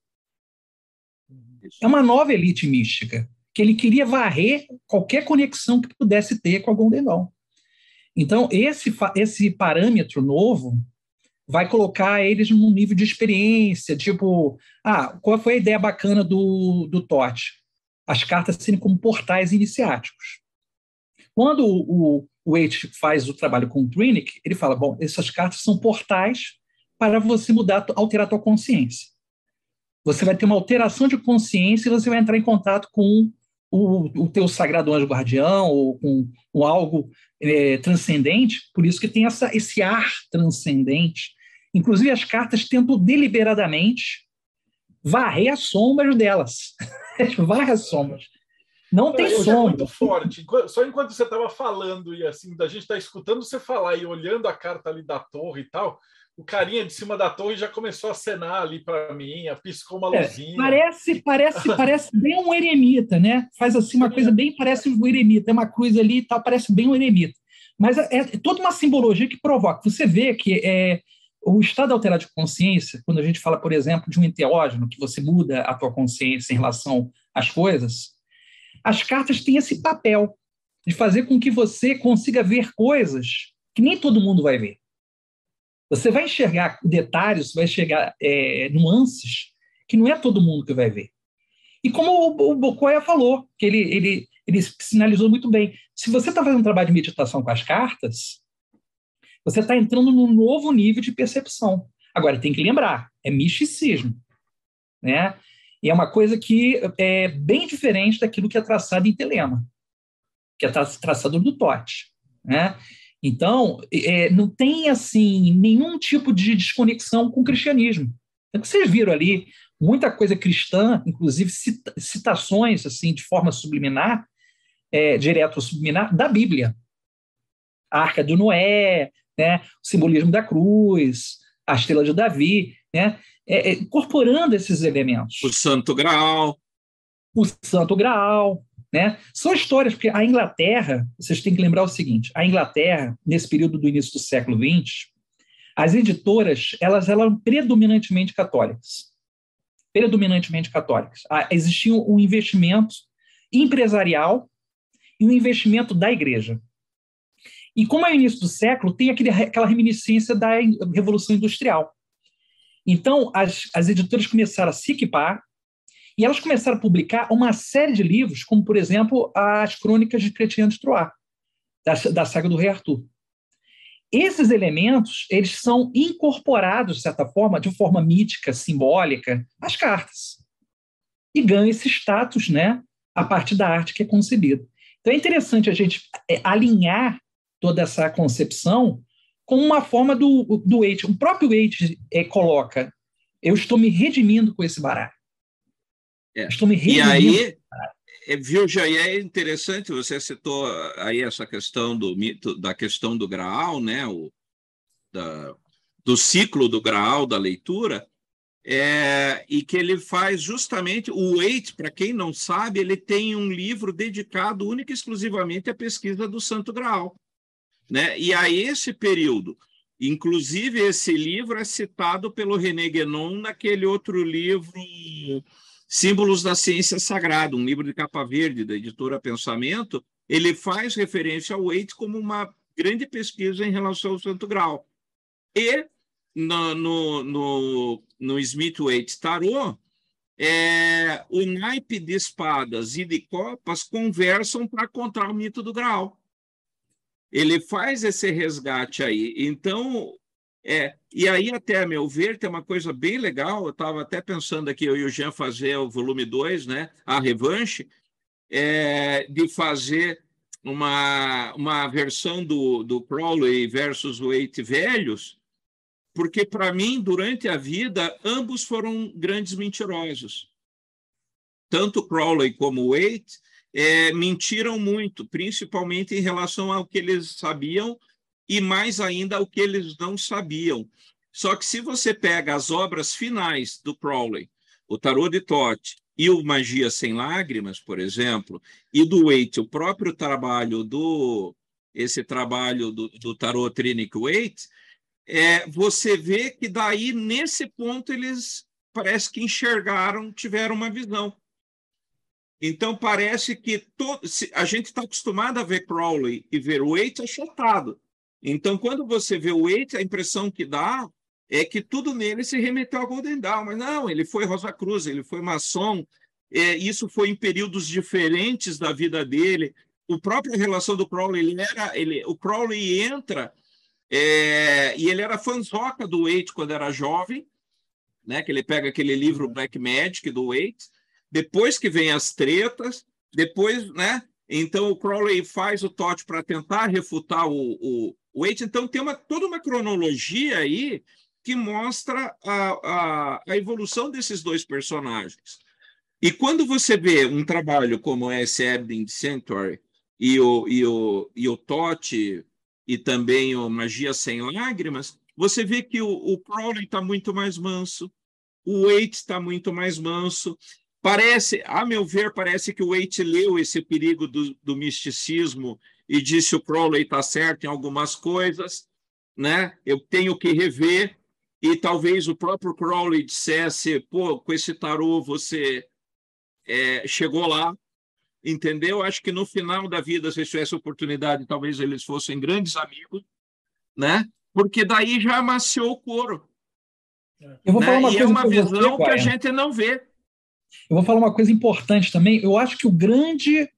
É uma nova elite mística, que ele queria varrer qualquer conexão que pudesse ter com a Golden Dawn. Então, esse parâmetro novo vai colocar eles num nível de experiência, tipo, qual foi a ideia bacana do Totti? As cartas serem como portais iniciáticos. Quando o Waite faz o trabalho com o Trinity, ele fala, bom, essas cartas são portais para você alterar a tua consciência. Você vai ter uma alteração de consciência e você vai entrar em contato com o teu sagrado anjo guardião ou com algo transcendente, por isso que tem esse ar transcendente. Inclusive, as cartas tentam deliberadamente varrer as sombras delas. Varre as sombras. Não tem sombra. É muito forte. Só enquanto você estava falando e assim, da gente está escutando você falar e olhando a carta ali da torre e tal, o carinha de cima da torre já começou a acenar ali para mim, piscou uma luzinha. Parece bem um eremita, né? Faz assim uma coisa bem, parece um eremita, é uma cruz ali e tal, parece bem um eremita. Mas é toda uma simbologia que provoca. Você vê que o estado alterado de consciência, quando a gente fala, por exemplo, de um enteógeno, que você muda a tua consciência em relação às coisas, as cartas têm esse papel de fazer com que você consiga ver coisas que nem todo mundo vai ver. Você vai enxergar detalhes, vai enxergar nuances que não é todo mundo que vai ver. E como o Bocoya falou, que ele sinalizou muito bem, se você está fazendo um trabalho de meditação com as cartas, você está entrando num novo nível de percepção. Agora, tem que lembrar, é misticismo, né? E é uma coisa que é bem diferente daquilo que é traçado em Telema, que é traçado do Totti, né? Então, não tem, assim, nenhum tipo de desconexão com o cristianismo. Então, vocês viram ali muita coisa cristã, inclusive citações, assim, de forma subliminar, direto ou subliminar, da Bíblia. A Arca do Noé, né? O simbolismo da cruz, a estrela de Davi, né? Incorporando esses elementos. O Santo Graal. O Santo Graal, né? São histórias, porque a Inglaterra, vocês têm que lembrar o seguinte, a Inglaterra, nesse período do início do século XX, as editoras, elas eram predominantemente católicas. Predominantemente católicas. Existia um investimento empresarial e um investimento da igreja. E como é o início do século, tem aquela reminiscência da Revolução Industrial. Então, as editoras começaram a se equipar e elas começaram a publicar uma série de livros, como, por exemplo, as Crônicas de Chrétien de Troyes, da saga do Rei Arthur. Esses elementos, eles são incorporados, de certa forma, de forma mítica, simbólica, às cartas. E ganham esse status, né, a partir da arte que é concebida. Então, é interessante a gente alinhar toda essa concepção com uma forma do Waite. O próprio Waite coloca, eu estou me redimindo com esse baralho. Estou me redimindo. E aí, viu, já é interessante, você citou aí essa questão do mito, da questão do Graal, né? Do ciclo do Graal, da leitura, e que ele faz justamente, o Waite, para quem não sabe, ele tem um livro dedicado única e exclusivamente à pesquisa do Santo Graal. Né? E a esse período, inclusive esse livro é citado pelo René Guénon naquele outro livro, Símbolos da Ciência Sagrada, um livro de capa verde da editora Pensamento, ele faz referência ao Waite como uma grande pesquisa em relação ao Santo Graal. E no Smith-Waite Tarot, o naipe de espadas e de copas conversam para contar o mito do Graal. Ele faz esse resgate aí. Então, e aí, até a meu ver, tem uma coisa bem legal, eu estava até pensando aqui, eu e o Jean fazer o volume 2, né, a revanche, de fazer uma versão do Crowley versus Waite velhos, porque, para mim, durante a vida, ambos foram grandes mentirosos. Tanto Crowley como Waite mentiram muito, principalmente em relação ao que eles sabiam e, mais ainda, ao que eles não sabiam. Só que, se você pega as obras finais do Crowley, o Tarô de Thoth e o Magia Sem Lágrimas, por exemplo, e do Waite, o próprio trabalho do Tarô Trinity Waite, você vê que daí, nesse ponto, eles parece que enxergaram, tiveram uma visão. Então, parece que a gente está acostumado a ver Crowley e ver o Waite achatado. Então, quando você vê o Waite, a impressão que dá é que tudo nele se remeteu a Golden Dawn, mas não, ele foi Rosa Cruz, ele foi maçom, isso foi em períodos diferentes da vida dele. A própria relação do Crowley, o Crowley entra, e ele era fãzoca do Waite quando era jovem, né, que ele pega aquele livro Black Magic do Waite, depois que vem as tretas, depois, né? Então o Crowley faz o Thoth para tentar refutar o Waite. Então tem toda uma cronologia aí que mostra a evolução desses dois personagens. E quando você vê um trabalho como esse Ebbing Sanctuary e o Thoth e também o Magia Sem Lágrimas, você vê que o Crowley está muito mais manso, o Waite está muito mais manso. A meu ver, parece que o Waite leu esse perigo do misticismo e disse o Crowley está certo em algumas coisas, né? Eu tenho que rever. E talvez o próprio Crowley dissesse, pô, com esse tarô você chegou lá, entendeu? Acho que no final da vida, se tivesse oportunidade, talvez eles fossem grandes amigos, né? Porque daí já amaciou o couro. Eu vou falar uma coisa uma visão que a gente não vê. Eu vou falar uma coisa importante também. Eu acho que o grande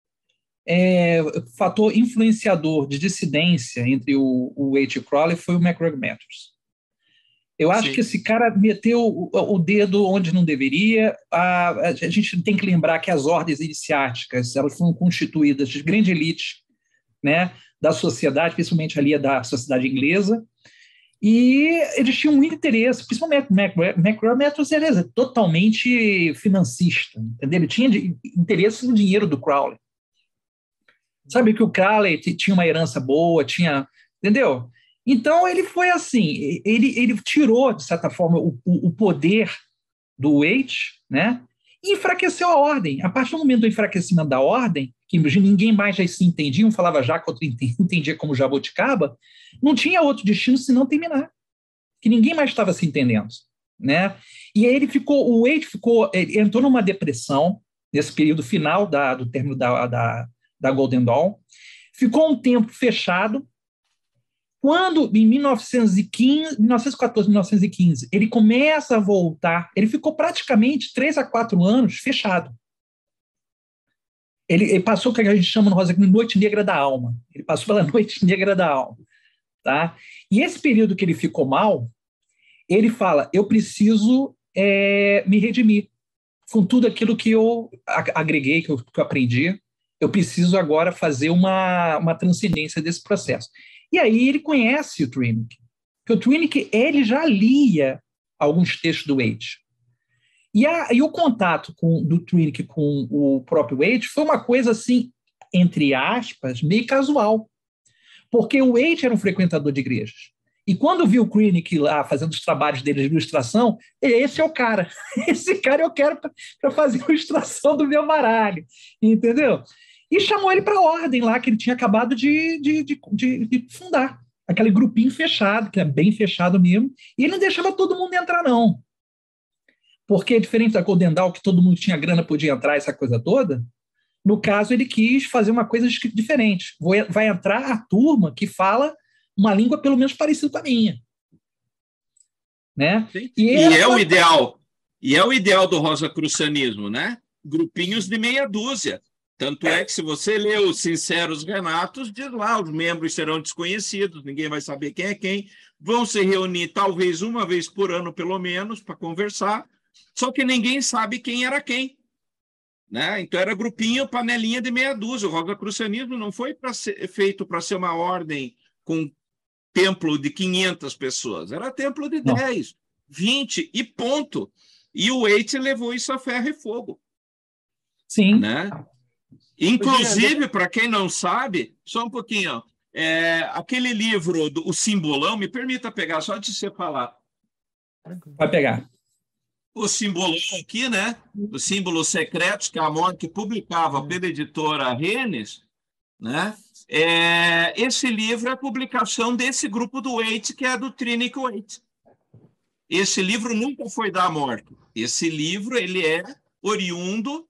fator influenciador de dissidência entre o Waite e o Crowley foi o MacGregor Matters. Eu acho que esse cara meteu o dedo onde não deveria. A gente tem que lembrar que as ordens iniciáticas, elas foram constituídas de grande elite, né, da sociedade, principalmente ali da sociedade inglesa, e eles tinham muito interesse, principalmente MacGregor Matters era totalmente financista, entendeu? Ele tinha interesse no dinheiro do Crowley. Sabe que o Crowley tinha uma herança boa, entendeu? Então, ele foi assim, ele tirou, de certa forma, o poder do Waite, né, e enfraqueceu a ordem. A partir do momento do enfraquecimento da ordem, que ninguém mais já se entendia, um falava Jaca, outro entendia como jabuticaba, não tinha outro destino senão terminar, que ninguém mais estava se entendendo, né? E aí o Waite entrou numa depressão, nesse período final do término da Golden Dawn, ficou um tempo fechado. Quando, em 1914, 1915, ele começa a voltar, ele ficou praticamente 3 a 4 anos fechado. Ele passou o que a gente chama no Rosa Cruz Noite Negra da Alma. Ele passou pela Noite Negra da Alma. Tá? E esse período que ele ficou mal, ele fala, eu preciso me redimir com tudo aquilo que eu agreguei, que eu aprendi. Eu preciso agora fazer uma transcendência desse processo. E aí ele conhece o Trinity, porque o Trinity ele já lia alguns textos do Waite. E o contato do Trinity com o próprio Waite foi uma coisa assim, entre aspas, meio casual, porque o Waite era um frequentador de igrejas. E quando viu o Trinity lá fazendo os trabalhos dele de ilustração, esse é o cara. Esse cara eu quero para fazer a ilustração do meu baralho, entendeu? E chamou ele para a ordem lá, que ele tinha acabado de fundar. Aquele grupinho fechado, que é bem fechado mesmo. E ele não deixava todo mundo entrar, não. Porque, diferente da Golden Dawn, que todo mundo tinha grana, podia entrar, essa coisa toda, no caso ele quis fazer uma coisa diferente. Vai entrar a turma que fala uma língua pelo menos parecida com a minha. Né? E é o ideal. E é o ideal do rosacrucianismo, né? Grupinhos de meia dúzia. Tanto é que, se você lê os Sinceros Renatos, diz lá, os membros serão desconhecidos, ninguém vai saber quem é quem, vão se reunir talvez uma vez por ano, pelo menos, para conversar, só que ninguém sabe quem era quem. né? Então era grupinho, panelinha de meia dúzia. O rosacrucianismo não foi feito para ser uma ordem com templo de 500 pessoas, era templo de 10, 20 e ponto. E o Waite levou isso a ferro e fogo. Sim. Né? Inclusive, para quem não sabe, só um pouquinho, aquele livro, O Simbolão, me permita pegar, só de você falar. Vai pegar. O Simbolão aqui, né? Os Símbolos Secretos, que a Morte publicava pela editora Rennes, né? Esse livro é a publicação desse grupo do Waite, que é do Trinity Waite. Esse livro nunca foi da Morte. Esse livro ele é oriundo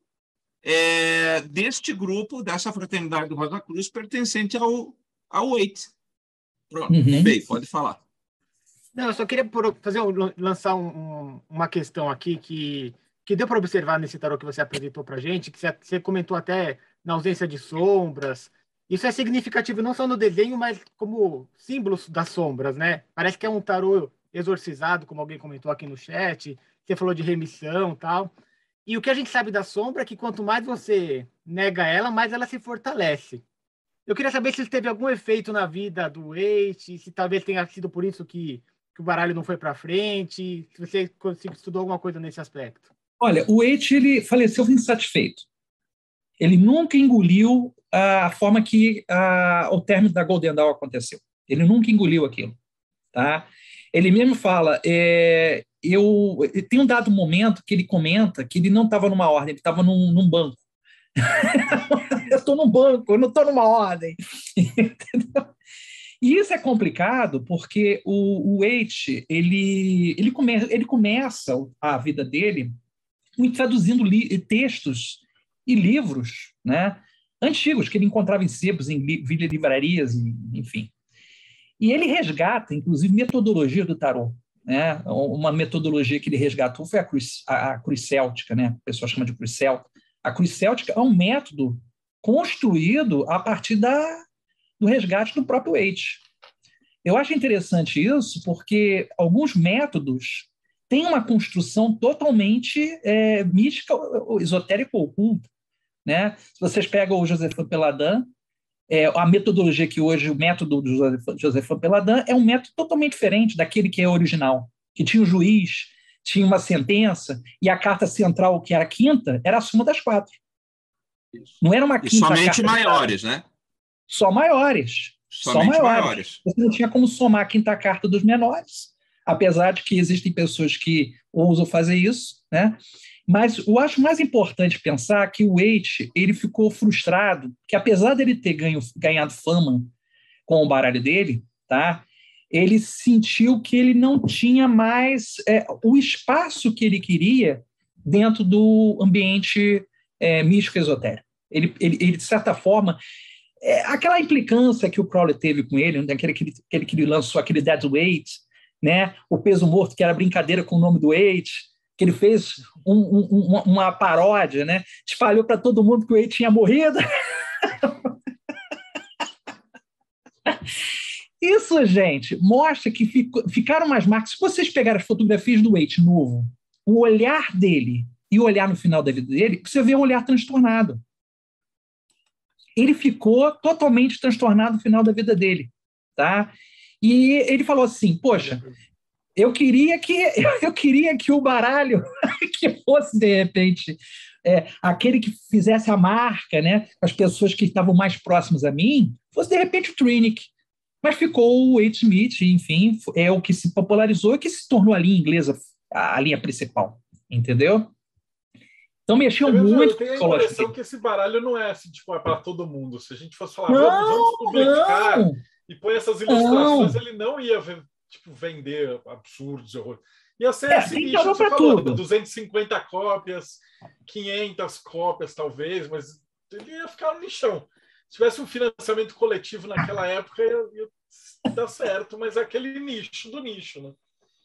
deste grupo, dessa fraternidade do Rosa Cruz, pertencente ao Waite. Pronto, bem, pode falar. Não, eu só queria lançar uma questão aqui que deu para observar nesse tarô que você apresentou para a gente, que você comentou até na ausência de sombras. Isso é significativo não só no desenho, mas como símbolos das sombras, né? Parece que é um tarô exorcizado, como alguém comentou aqui no chat. Você falou de remissão e tal. E o que a gente sabe da sombra é que quanto mais você nega ela, mais ela se fortalece. Eu queria saber se isso teve algum efeito na vida do Waite, se talvez tenha sido por isso que o baralho não foi para frente, se você estudou alguma coisa nesse aspecto. Olha, o Waite, ele faleceu insatisfeito. Ele nunca engoliu a forma que o término da Golden Dawn aconteceu. Ele nunca engoliu aquilo. Tá? Ele mesmo fala, tem um dado momento que ele comenta que ele não estava numa ordem, ele estava num banco. Eu estou num banco, eu não estou numa ordem. Entendeu? E isso é complicado porque o Waite, ele começa a vida dele traduzindo textos e livros, né, antigos, que ele encontrava em sebos, em livrarias, enfim. E ele resgata, inclusive, metodologia do tarô. Né? Uma metodologia que ele resgatou foi a cruz céltica, né? O pessoal chama de cruz celta. A cruz céltica é um método construído a partir do resgate do próprio Waite. Eu acho interessante isso porque alguns métodos têm uma construção totalmente mística, esotérica ou oculta. Né? Se vocês pegam o Joseph Peladan, a metodologia que hoje, o método do Joseph Peladan é um método totalmente diferente daquele que é original, que tinha o juiz, tinha uma sentença, e a carta central, que era a quinta, era a soma das 4. Não era uma quinta. E somente maiores, né? Só maiores. Somente maiores. Você não tinha como somar a quinta carta dos menores, apesar de que existem pessoas que ousam fazer isso, né? Mas eu acho mais importante pensar que o Waite, ele ficou frustrado, que apesar dele ter ganhado fama com o baralho dele, tá? Ele sentiu que ele não tinha mais o espaço que ele queria dentro do ambiente místico esotérico. Ele, de certa forma, aquela implicância que o Crowley teve com ele, aquele que ele lançou, aquele Dead Weight, né? O peso morto, que era brincadeira com o nome do Waite, que ele fez uma paródia, né? Espalhou para todo mundo que o Waite tinha morrido. Isso, gente, mostra que ficaram umas marcas. Se vocês pegarem as fotografias do Waite novo, o olhar dele e olhar no final da vida dele, você vê um olhar transtornado. Ele ficou totalmente transtornado no final da vida dele, tá? E ele falou assim, poxa, eu queria que o baralho que fosse, de repente, aquele que fizesse a marca, né, as pessoas que estavam mais próximas a mim, fosse, de repente, o Trinic. Mas ficou o Waite Smith, enfim, é o que se popularizou e que se tornou a linha inglesa, a linha principal, entendeu? Então mexeu muito. Eu tenho a impressão que esse baralho não é assim, tipo, para todo mundo. Se a gente fosse falar, vamos publicar e põe essas ilustrações, ele não ia vender absurdos, horror. Ia ser esse nicho que você falou, 250 cópias, 500 cópias talvez, mas ele ia ficar no nichão. Se tivesse um financiamento coletivo naquela época, ia dar certo, mas é aquele nicho do nicho, né?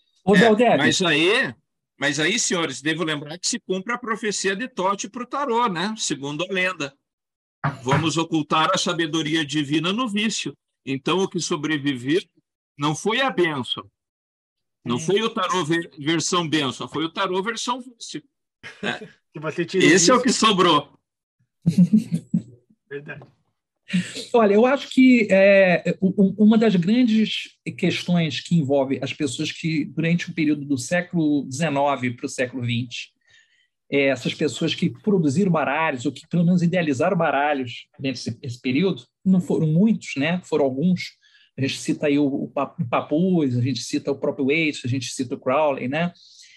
Mas aí, senhores, devo lembrar que se cumpre a profecia de Tote para o tarô, né? Segundo a lenda. Vamos ocultar a sabedoria divina no vício. Então, o que sobreviveu não foi a bênção. Não foi o tarô versão bênção, foi o tarô versão vício. Que você tira Esse é o que sobrou. Verdade. Olha, eu acho que uma das grandes questões que envolve as pessoas que, durante o período do século XIX para o século XX, essas pessoas que produziram baralhos, ou que pelo menos idealizaram baralhos nesse período, não foram muitos, né? Foram alguns. A gente cita aí o Papus, a gente cita o próprio Waite, a gente cita o Crowley, né?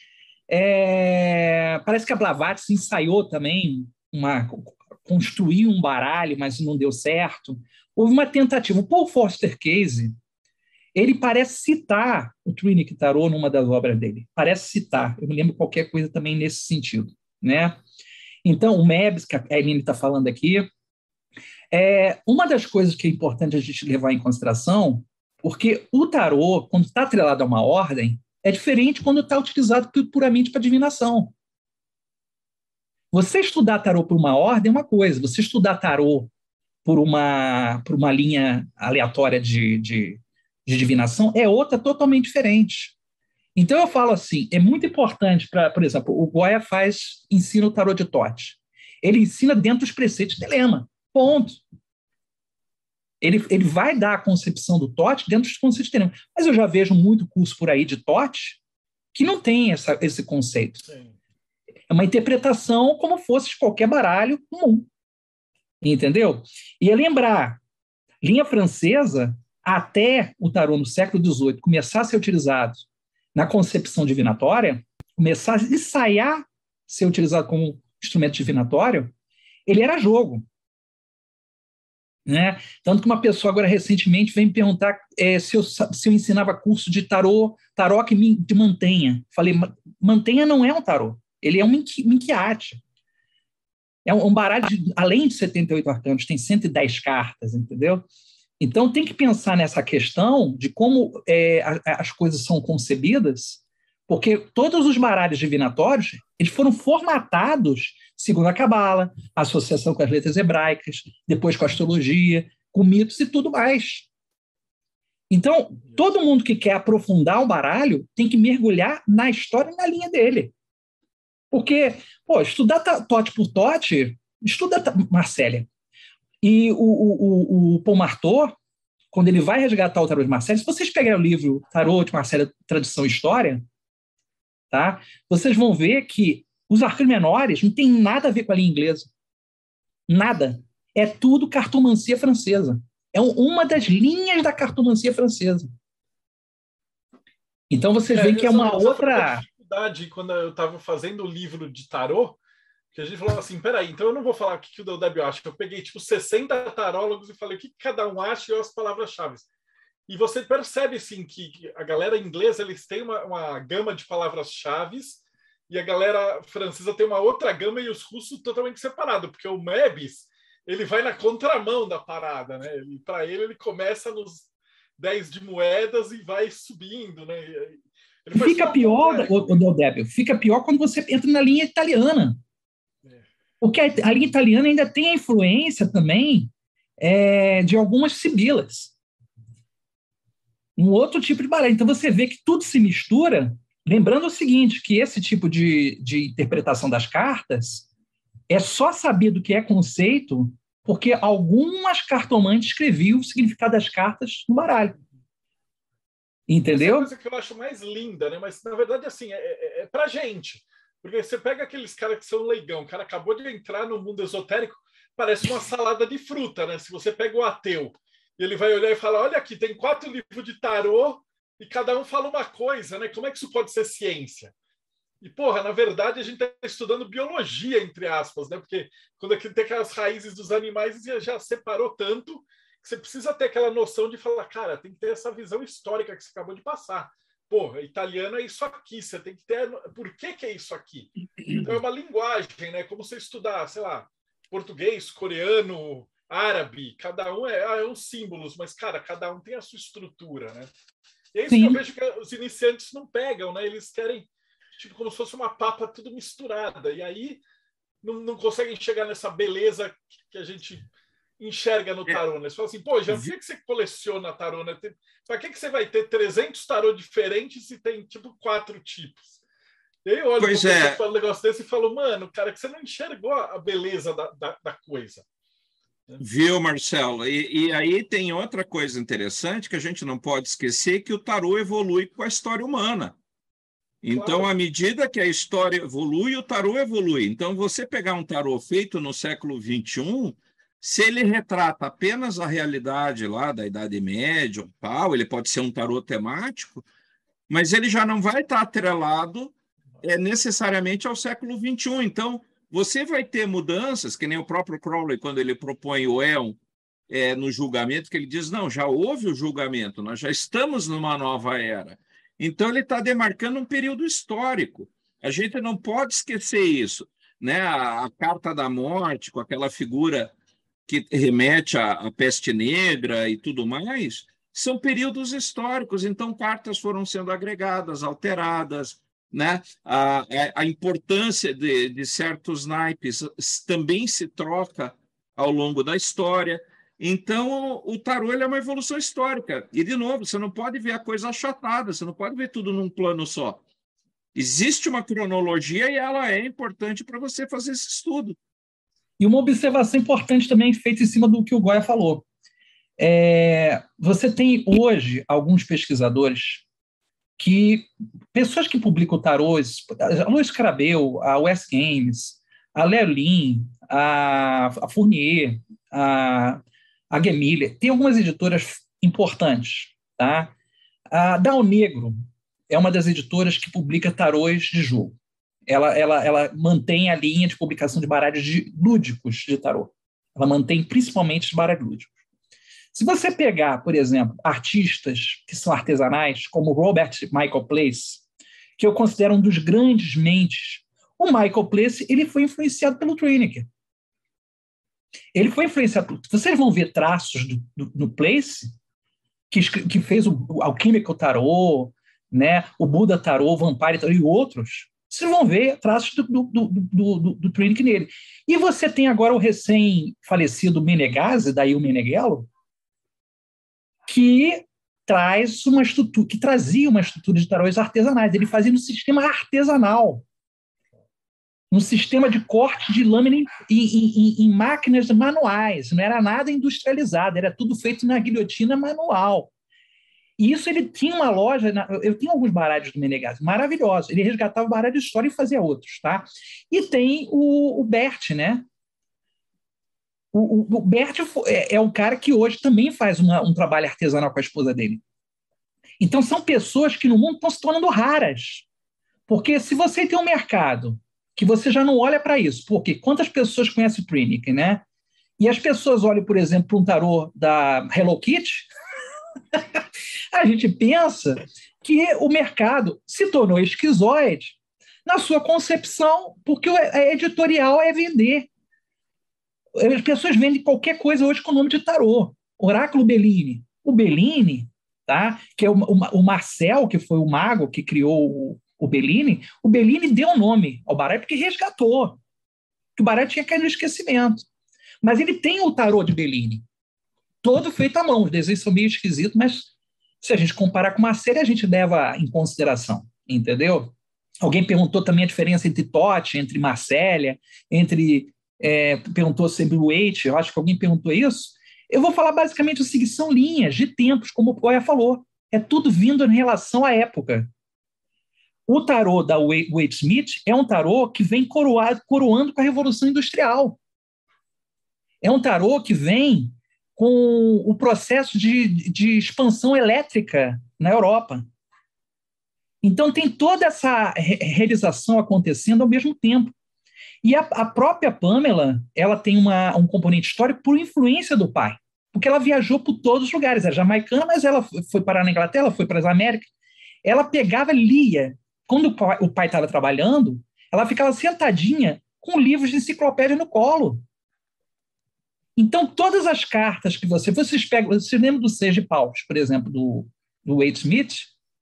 Parece que a Blavatsky ensaiou também construir um baralho, mas não deu certo. Houve uma tentativa. O Paul Foster Case, ele parece citar o Trinity Tarot numa das obras dele. Parece citar. Eu me lembro qualquer coisa também nesse sentido, né? Então, o Mebbs, que a Eline está falando aqui, uma das coisas que é importante a gente levar em consideração, porque o tarô, quando está atrelado a uma ordem, é diferente quando está utilizado puramente para divinação. Você estudar tarô por uma ordem é uma coisa, você estudar tarô por uma linha aleatória de divinação é outra totalmente diferente. Então eu falo assim, é muito importante por exemplo, o Goya ensina o tarô de Thoth. Ele ensina dentro dos preceitos de Telema, ponto. Ele vai dar a concepção do Thoth dentro dos conceitos de Telema. Mas eu já vejo muito curso por aí de Thoth que não tem esse conceito. Sim. É uma interpretação como fosse de qualquer baralho comum. Entendeu? E é lembrar, linha francesa, até o tarô no século XVIII começar a ser utilizado na concepção divinatória, começar a ensaiar ser utilizado como instrumento divinatório, ele era jogo. Né? Tanto que uma pessoa agora recentemente veio me perguntar se eu ensinava curso de tarô de mantenha. Falei, mantenha não é um tarô, ele é um minquiate. É um baralho, além de 78 arcanos, tem 110 cartas, entendeu? Então tem que pensar nessa questão de como as coisas são concebidas, porque todos os baralhos divinatórios eles foram formatados segundo a Cabala, a associação com as letras hebraicas, depois com a astrologia, com mitos e tudo mais. Então, todo mundo que quer aprofundar o baralho tem que mergulhar na história e na linha dele. Porque, estudar Thoth por Thoth, estuda Marcélia. E o Paul Marteau, quando ele vai resgatar o tarô de Marcélia, se vocês pegarem o livro Tarô de Marcélia, Tradição e História, tá? Vocês vão ver que os arcanos menores não tem nada a ver com a linha inglesa. Nada. É tudo cartomancia francesa. É uma das linhas da cartomancia francesa. Então vocês veem que é uma outra... dificuldade quando eu estava fazendo o livro de tarô, que a gente falava assim, peraí, então eu não vou falar o que o Deldébio acha. Eu peguei, 60 tarólogos e falei o que cada um acha e as palavras-chave. E você percebe, assim, que a galera inglesa, eles têm uma gama de palavras-chave e a galera francesa tem uma outra gama e os russos totalmente separados, porque o Mebbs, ele vai na contramão da parada, né? Para ele começa nos 10 de moedas e vai subindo, né? Fica pior, Deldébio, fica pior quando você entra na linha italiana. Porque a linha italiana ainda tem a influência também de algumas sibilas. Um outro tipo de baralho. Então você vê que tudo se mistura, lembrando o seguinte, que esse tipo de interpretação das cartas é só saber do que é conceito porque algumas cartomantes escreviam o significado das cartas no baralho. Entendeu? Essa é a coisa que eu acho mais linda, né? Mas, na verdade, assim, é pra gente. Porque você pega aqueles caras que são leigão, o cara acabou de entrar no mundo esotérico, parece uma salada de fruta, né? Se você pega o ateu, ele vai olhar e falar, olha aqui, tem 4 livros de tarô e cada um fala uma coisa, né? Como é que isso pode ser ciência? E, porra, na verdade, a gente está estudando biologia, entre aspas, né? Porque quando aqui tem aquelas raízes dos animais, já separou tanto que você precisa ter aquela noção de falar, cara, tem que ter essa visão histórica que você acabou de passar. Porra, italiano é isso aqui, você tem que ter... Por que é isso aqui? Então é uma linguagem, né? Como você estudar, sei lá, português, coreano, árabe, cada um é uns símbolos, mas, cara, cada um tem a sua estrutura, né? E é isso que eu vejo que os iniciantes não pegam, né? Eles querem, tipo, como se fosse uma papa tudo misturada, e aí não conseguem chegar nessa beleza que a gente enxerga no tarô, né? Você fala assim, pô, já vi que você coleciona tarô, né? Para que você vai ter 300 tarô diferentes se tem, tipo, 4 tipos? E aí eu olho Pois para é. você fala um negócio desse e falo, mano, cara, que você não enxergou a beleza da coisa. Viu, Marcelo? E aí tem outra coisa interessante que a gente não pode esquecer, que o tarô evolui com a história humana. Então, Claro. à medida que a história evolui, o tarô evolui. Então, você pegar um tarô feito no século XXI, se ele retrata apenas a realidade lá da Idade Média, tal, ele pode ser um tarô temático, mas ele já não vai estar atrelado necessariamente ao século XXI. Então, você vai ter mudanças, que nem o próprio Crowley, quando ele propõe o éon no julgamento, que ele diz, não, já houve o julgamento, nós já estamos numa nova era. Então, ele está demarcando um período histórico. A gente não pode esquecer isso. Né? A Carta da Morte, com aquela figura que remete à peste negra e tudo mais, são períodos históricos. Então, cartas foram sendo agregadas, alteradas, né? A importância de certos naipes também se troca ao longo da história. Então, o tarô ele é uma evolução histórica. E, de novo, você não pode ver a coisa achatada, você não pode ver tudo num plano só. Existe uma cronologia e ela é importante para você fazer esse estudo. E uma observação importante também feita em cima do que o Goya falou. Você tem hoje alguns pesquisadores pessoas que publicam tarôs, a Luiz Carabeu, a Wes Games, a Lerlin, a Fournier, a Gemiller, tem algumas editoras importantes. Tá? A Dal Negro é uma das editoras que publica tarôs de jogo. Ela mantém a linha de publicação de baralhos lúdicos de tarô. Ela mantém principalmente os baralhos lúdicos. Se você pegar, por exemplo, artistas que são artesanais, como Robert Michael Place, que eu considero um dos grandes mentes, o Michael Place ele foi influenciado pelo Treeniker. Ele foi influenciado. Vocês vão ver traços do Place, que fez o Alchemical Tarot, né, o Buda Tarot, o Vampire Tarot e outros. Vocês vão ver traços do Treeniker nele. E você tem agora o recém-falecido Menegazi, daí o Meneghello, que trazia uma estrutura de tarôs artesanais. Ele fazia no sistema artesanal, um sistema de corte de lâmina em máquinas manuais. Não era nada industrializado, era tudo feito na guilhotina manual. E isso ele tinha uma loja, eu tenho alguns baralhos do Menegazi, maravilhosos. Ele resgatava o baralho de história e fazia outros. Tá? E tem o Bert, né? O Bert é um cara que hoje também faz um trabalho artesanal com a esposa dele. Então, são pessoas que no mundo estão se tornando raras. Porque se você tem um mercado que você já não olha para isso, porque quantas pessoas conhecem o Treeniker, né? E as pessoas olham, por exemplo, para um tarô da Hello Kitty, a gente pensa que o mercado se tornou esquizoide na sua concepção, porque a editorial é vender. As pessoas vendem qualquer coisa hoje com o nome de tarô. Oráculo Bellini. O Bellini, tá? Que é o Marcel, que foi o mago que criou o Bellini deu o nome ao baralho porque resgatou. Que o baralho tinha caído no esquecimento. Mas ele tem o tarô de Bellini. Todo feito à mão. Os desenhos são meio esquisitos, mas se a gente comparar com Marcel, a gente leva em consideração. Entendeu? Alguém perguntou também a diferença entre Totti, entre Marcélia, perguntou sobre o Waite, eu acho que alguém perguntou isso. Eu vou falar basicamente o seguinte, são linhas de tempos, como o Goya falou. É tudo vindo em relação à época. O tarô da Waite Smith é um tarô que vem coroando com a Revolução Industrial. É um tarô que vem com o processo de expansão elétrica na Europa. Então tem toda essa realização acontecendo ao mesmo tempo. E a própria Pamela, ela tem um componente histórico por influência do pai, porque ela viajou por todos os lugares, era jamaicana, mas ela foi parar na Inglaterra, foi para as Américas, ela pegava, lia. Quando o pai estava trabalhando, ela ficava sentadinha com livros de enciclopédia no colo. Então, todas as cartas que vocês pegam, você lembra do Seis de Paus, por exemplo, do Waite Smith?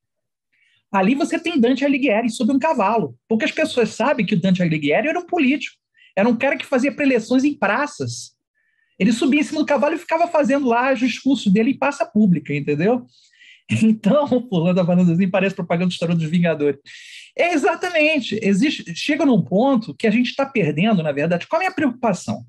Ali você tem Dante Alighieri sobre um cavalo, porque as pessoas sabem que o Dante Alighieri era um político, era um cara que fazia preleções em praças. Ele subia em cima do cavalo e ficava fazendo lá o discurso dele em praça pública, entendeu? Então, fulano tá falando assim, parece propaganda do tarô dos Vingadores. É exatamente. Chega num ponto que a gente está perdendo, na verdade. Qual é a minha preocupação?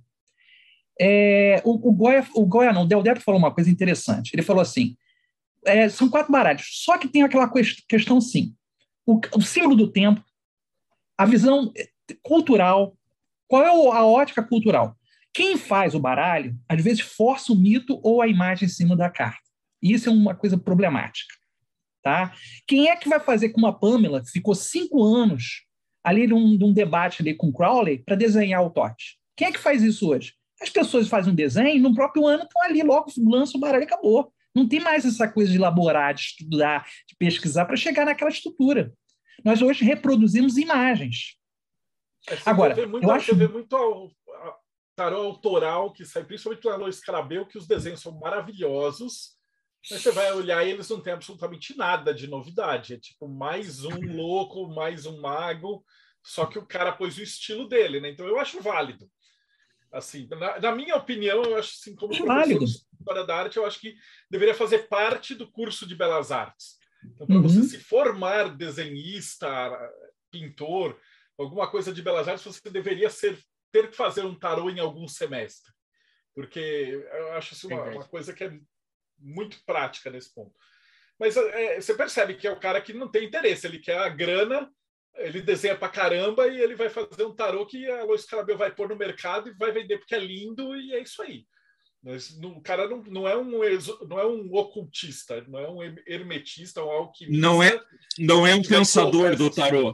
O Del Depro falou uma coisa interessante. Ele falou assim, são 4 baralhos, só que tem aquela questão, sim. O símbolo do tempo, a visão cultural, qual é a ótica cultural? Quem faz o baralho, às vezes, força o mito ou a imagem em cima da carta. E isso é uma coisa problemática. Tá? Quem é que vai fazer com uma Pamela, que ficou 5 anos ali num debate ali com Crowley para desenhar o Tote? Quem é que faz isso hoje? As pessoas fazem um desenho e no próprio ano estão ali, logo lançam o baralho e acabou. Não tem mais essa coisa de elaborar, de estudar, de pesquisar para chegar naquela estrutura. Nós hoje reproduzimos imagens. Agora, eu acho... Você vê muito tarô autoral que sai, principalmente lá no Escarabeu, que os desenhos são maravilhosos, mas você vai olhar e eles não têm absolutamente nada de novidade. É tipo mais um louco, mais um mago, só que o cara pôs o estilo dele, né? Então eu acho válido. Assim, na minha opinião, eu acho assim, como professor de História da Arte, eu acho que deveria fazer parte do curso de Belas Artes. Então, para você se formar desenhista, pintor, alguma coisa de Belas Artes, você deveria ter que fazer um tarô em algum semestre. Porque eu acho assim, uma coisa que é muito prática nesse ponto. Mas você percebe que é o cara que não tem interesse, ele quer a grana, ele desenha pra caramba e ele vai fazer um tarô que a Lois Carabel vai pôr no mercado e vai vender porque é lindo e é isso aí. Mas, o cara não é um ocultista, não é um hermetista, um alquimista. Não é um pensador do tarô.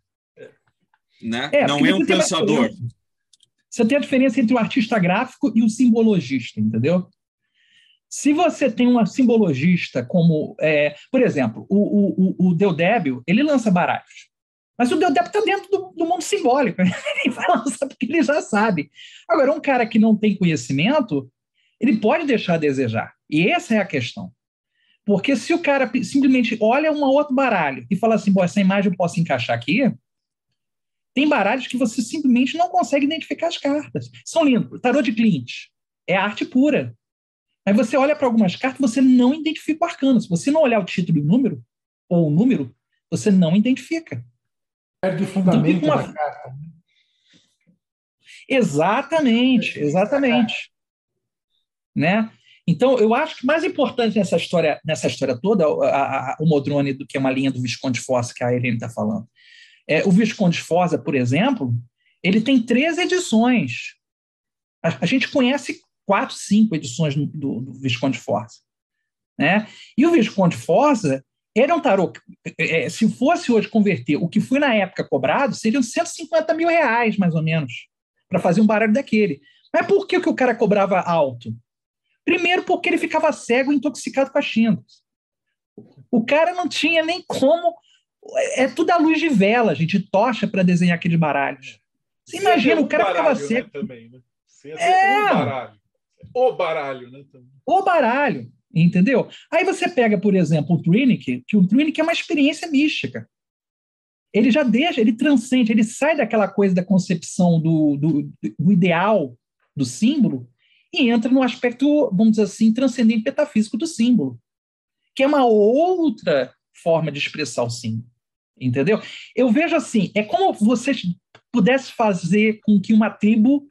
Né? Não é um pensador. Você tem a diferença entre o artista gráfico e o simbologista, entendeu? Se você tem um simbologista como... por exemplo, o Deodébio, ele lança baralhos. Mas o Deodébio está dentro do mundo simbólico. Ele vai lançar porque ele já sabe. Agora, um cara que não tem conhecimento, ele pode deixar a desejar. E essa é a questão. Porque se o cara simplesmente olha um outro baralho e fala assim, essa imagem eu posso encaixar aqui, tem baralhos que você simplesmente não consegue identificar as cartas. São lindos. Tarô de Clint é arte pura. Aí você olha para algumas cartas, você não identifica o arcano. Se você não olhar o título e o número, ou o número, você não identifica. Perde o fundamento da carta. Exatamente. Né? Então, eu acho que mais importante nessa história toda, o Modrone, do que uma linha do Visconde Forza, que a Helene está falando. O Visconde Forza, por exemplo, ele tem 3 edições. A gente conhece 4, 5 edições do Visconde Forza. Né? E o Visconde Forza era um tarô, se fosse hoje converter o que foi na época cobrado, seriam 150 mil reais, mais ou menos, para fazer um baralho daquele. Mas por que o cara cobrava alto? Primeiro, porque ele ficava cego e intoxicado com as tintas. O cara não tinha nem como... É tudo à luz de vela, gente, tocha para desenhar aqueles baralhos. Você imagina, o cara ficava cego. Né, também, né? Um baralho. O baralho, né? O baralho. Entendeu? Aí você pega, por exemplo, o Trinity, que o Trinity é uma experiência mística. Ele já ele transcende, ele sai daquela coisa da concepção do ideal do símbolo e entra no aspecto, vamos dizer assim, transcendente metafísico do símbolo, que é uma outra forma de expressar o símbolo. Entendeu? Eu vejo assim, é como se você pudesse fazer com que uma tribo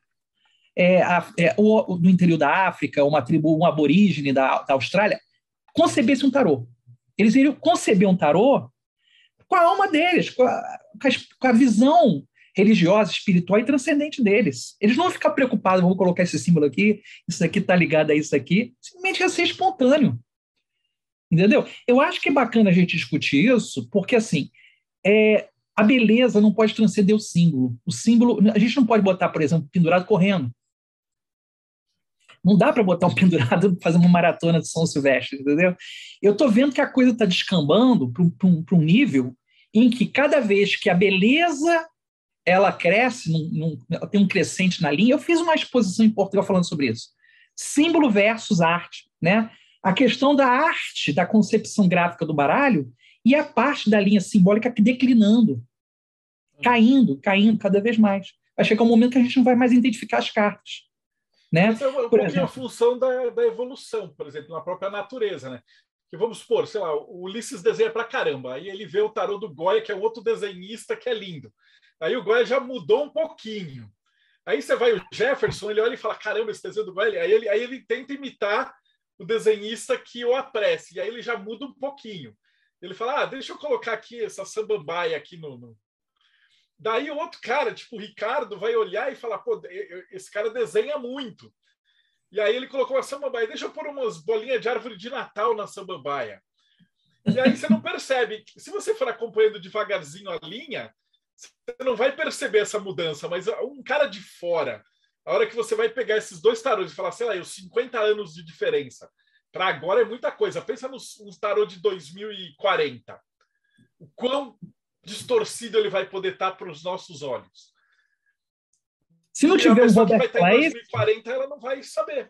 do interior da África, uma tribo, um aborígene da Austrália, concebesse um tarô. Eles iriam conceber um tarô com a alma deles, com a visão religiosa, espiritual e transcendente deles. Eles não vão ficar preocupados, vou colocar esse símbolo aqui, isso aqui está ligado a isso aqui, simplesmente ia ser espontâneo. Entendeu? Eu acho que é bacana a gente discutir isso, porque assim, a beleza não pode transcender o símbolo. O símbolo, a gente não pode botar, por exemplo, pendurado correndo. Não dá para botar um pendurado fazer uma maratona de São Silvestre, entendeu? Eu estou vendo que a coisa está descambando para um nível em que cada vez que a beleza ela cresce, tem um crescente na linha. Eu fiz uma exposição em Portugal falando sobre isso. Símbolo versus arte, né? A questão da arte, da concepção gráfica do baralho e a parte da linha simbólica declinando, caindo cada vez mais. Vai chegar um momento que a gente não vai mais identificar as cartas. Né? Mas é um pouquinho a função da evolução, por exemplo, na própria natureza, né? que vamos supor, sei lá, o Ulisses desenha pra caramba, aí ele vê o tarô do Goya, que é outro desenhista que é lindo. Aí o Goya já mudou um pouquinho. Aí você vai o Jefferson, ele olha e fala, caramba, esse desenho do Goya, aí ele tenta imitar o desenhista que o apresse, e aí ele já muda um pouquinho. Ele fala, deixa eu colocar aqui essa samambaia aqui no... Daí o outro cara, tipo o Ricardo, vai olhar e falar, pô, esse cara desenha muito. E aí ele colocou a samambaia, deixa eu pôr umas bolinhas de árvore de Natal na samambaia. E aí você não percebe. Se você for acompanhando devagarzinho a linha, você não vai perceber essa mudança, mas um cara de fora, a hora que você vai pegar esses dois tarôs e falar, sei lá, os 50 anos de diferença, para agora é muita coisa. Pensa nos tarô de 2040. O quão distorcido ele vai poder estar para os nossos olhos. Se não tiver um Robert Place, em 2040, ela não vai saber.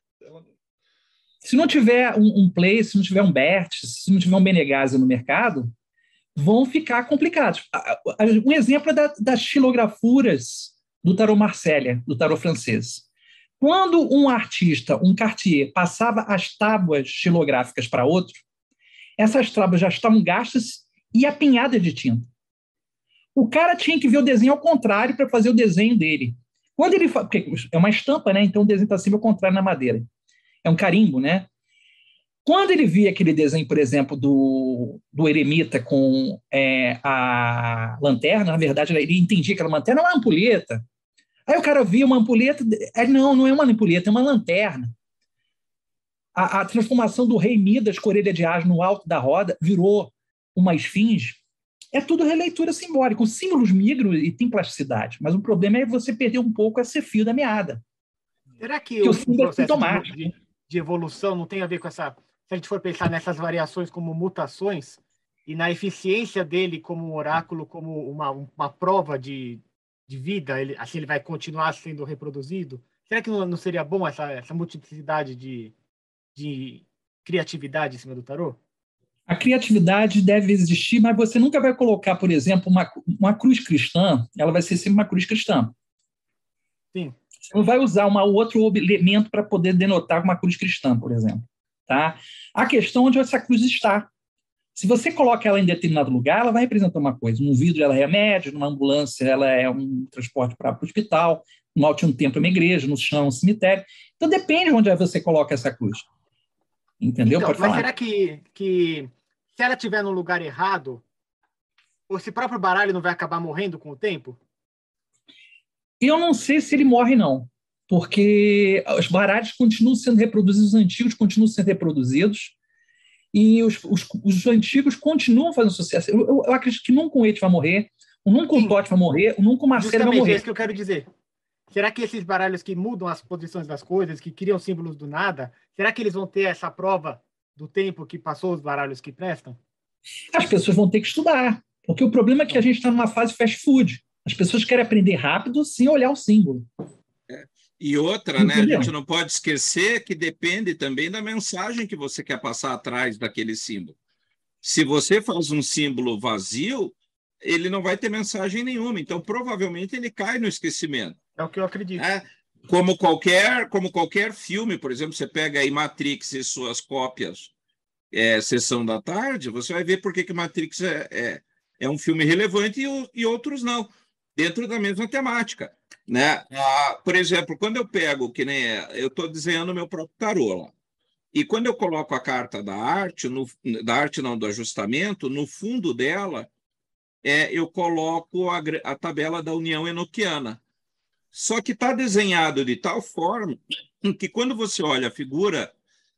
Se não tiver um Place, se não tiver um Bert, se não tiver um Menegazi no mercado, vão ficar complicados. Um exemplo é das xilografuras do tarô Marselha, do tarô francês. Quando um artista, um Cartier, passava as tábuas xilográficas para outro, essas tábuas já estavam gastas e apinhadas de tinta. O cara tinha que ver o desenho ao contrário para fazer o desenho dele. Quando ele porque é uma estampa, né? Então o desenho está sempre ao contrário na madeira. É um carimbo, né? Quando ele via aquele desenho, por exemplo, do eremita com a lanterna, na verdade, ele entendia que era uma lanterna, uma ampulheta. Aí o cara via uma ampulheta, não é uma ampulheta, é uma lanterna. A transformação do rei Midas com orelha de asno no alto da roda virou uma esfinge. É tudo releitura simbólica. Os símbolos migram e têm plasticidade, mas o problema é você perder um pouco esse fio da meada. Será que o processo de evolução não tem a ver com essa... Se a gente for pensar nessas variações como mutações e na eficiência dele como oráculo, como uma prova de vida, assim ele vai continuar sendo reproduzido? Será que não seria bom essa multiplicidade de criatividade em cima do tarô? A criatividade deve existir, mas você nunca vai colocar, por exemplo, uma cruz cristã, ela vai ser sempre uma cruz cristã. Sim. Você não vai usar outro elemento para poder denotar uma cruz cristã, por exemplo. Tá? A questão é onde essa cruz está. Se você coloca ela em determinado lugar, ela vai representar uma coisa. Num vidro ela é remédio, numa ambulância ela é um transporte para o hospital, no alto de um templo é uma igreja, no chão é um cemitério. Então depende de onde você coloca essa cruz. Entendeu? Então, pode mas falar. Será que se ela estiver no lugar errado, esse próprio baralho não vai acabar morrendo com o tempo? Eu não sei se ele morre, não. Porque os baralhos continuam sendo reproduzidos, os antigos continuam sendo reproduzidos, e os antigos continuam fazendo sucesso. Eu acredito que nunca o Eit vai morrer, nunca o Totti vai morrer, nunca o Marcelo vai morrer. É isso que eu quero dizer. Será que esses baralhos que mudam as posições das coisas, que criam símbolos do nada, será que eles vão ter essa prova do tempo que passou os baralhos que prestam? As pessoas vão ter que estudar, porque o problema é que a gente está numa fase fast food. As pessoas querem aprender rápido sem olhar o símbolo. E outra, né? A gente não pode esquecer que depende também da mensagem que você quer passar atrás daquele símbolo. Se você faz um símbolo vazio, ele não vai ter mensagem nenhuma. Então, provavelmente, ele cai no esquecimento. É o que eu acredito. Como qualquer filme, por exemplo, você pega aí Matrix e suas cópias, Sessão da Tarde, você vai ver por que Matrix é um filme relevante e outros não, dentro da mesma temática. Né? Por exemplo, quando eu pego, que nem eu estou desenhando o meu próprio tarô lá, e quando eu coloco a carta da arte, do ajustamento, no fundo dela, eu coloco a tabela da União Enoquiana. Só que está desenhado de tal forma que quando você olha a figura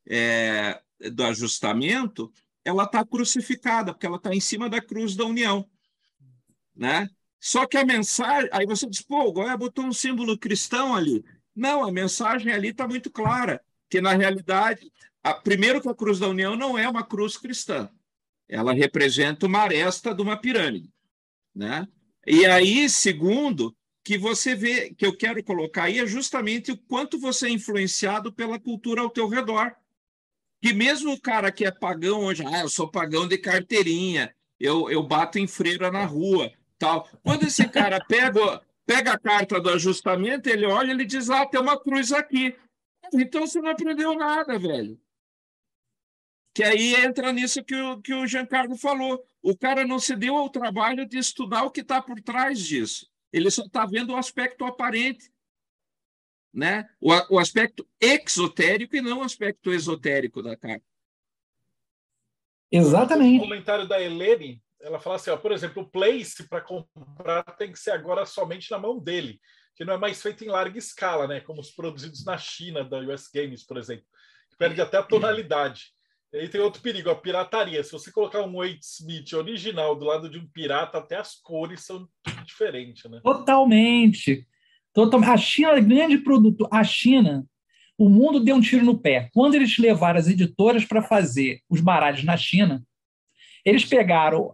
do ajustamento, ela está crucificada, porque ela está em cima da cruz da União. Né? Só que a mensagem... Aí você diz, pô, o Goya botou um símbolo cristão ali. Não, a mensagem ali está muito clara, que na realidade, primeiro que a cruz da União não é uma cruz cristã. Ela representa uma aresta de uma pirâmide. Né? E aí, segundo, que você vê, que eu quero colocar aí, é justamente o quanto você é influenciado pela cultura ao teu redor. Que mesmo o cara que é pagão hoje, eu sou pagão de carteirinha, eu bato em freira na rua, tal. Quando esse cara pega a carta do ajustamento, ele olha e ele diz, tem uma cruz aqui. Então você não aprendeu nada, velho. Que aí entra nisso que o Giancarlo falou. O cara não se deu ao trabalho de estudar o que está por trás disso. Ele só está vendo o aspecto aparente, né? O aspecto exotérico e não o aspecto esotérico da carta. Exatamente. O comentário da Helene, ela fala assim, ó, por exemplo, o place para comprar tem que ser agora somente na mão dele, que não é mais feito em larga escala, né? Como os produzidos na China, da US Games, por exemplo, que perde até a tonalidade. E aí tem outro perigo, a pirataria. Se você colocar um Wade Smith original do lado de um pirata, até as cores são tudo diferentes, né? Totalmente. A China é grande produto. A China, o mundo deu um tiro no pé. Quando eles levaram as editoras para fazer os baralhos na China, eles pegaram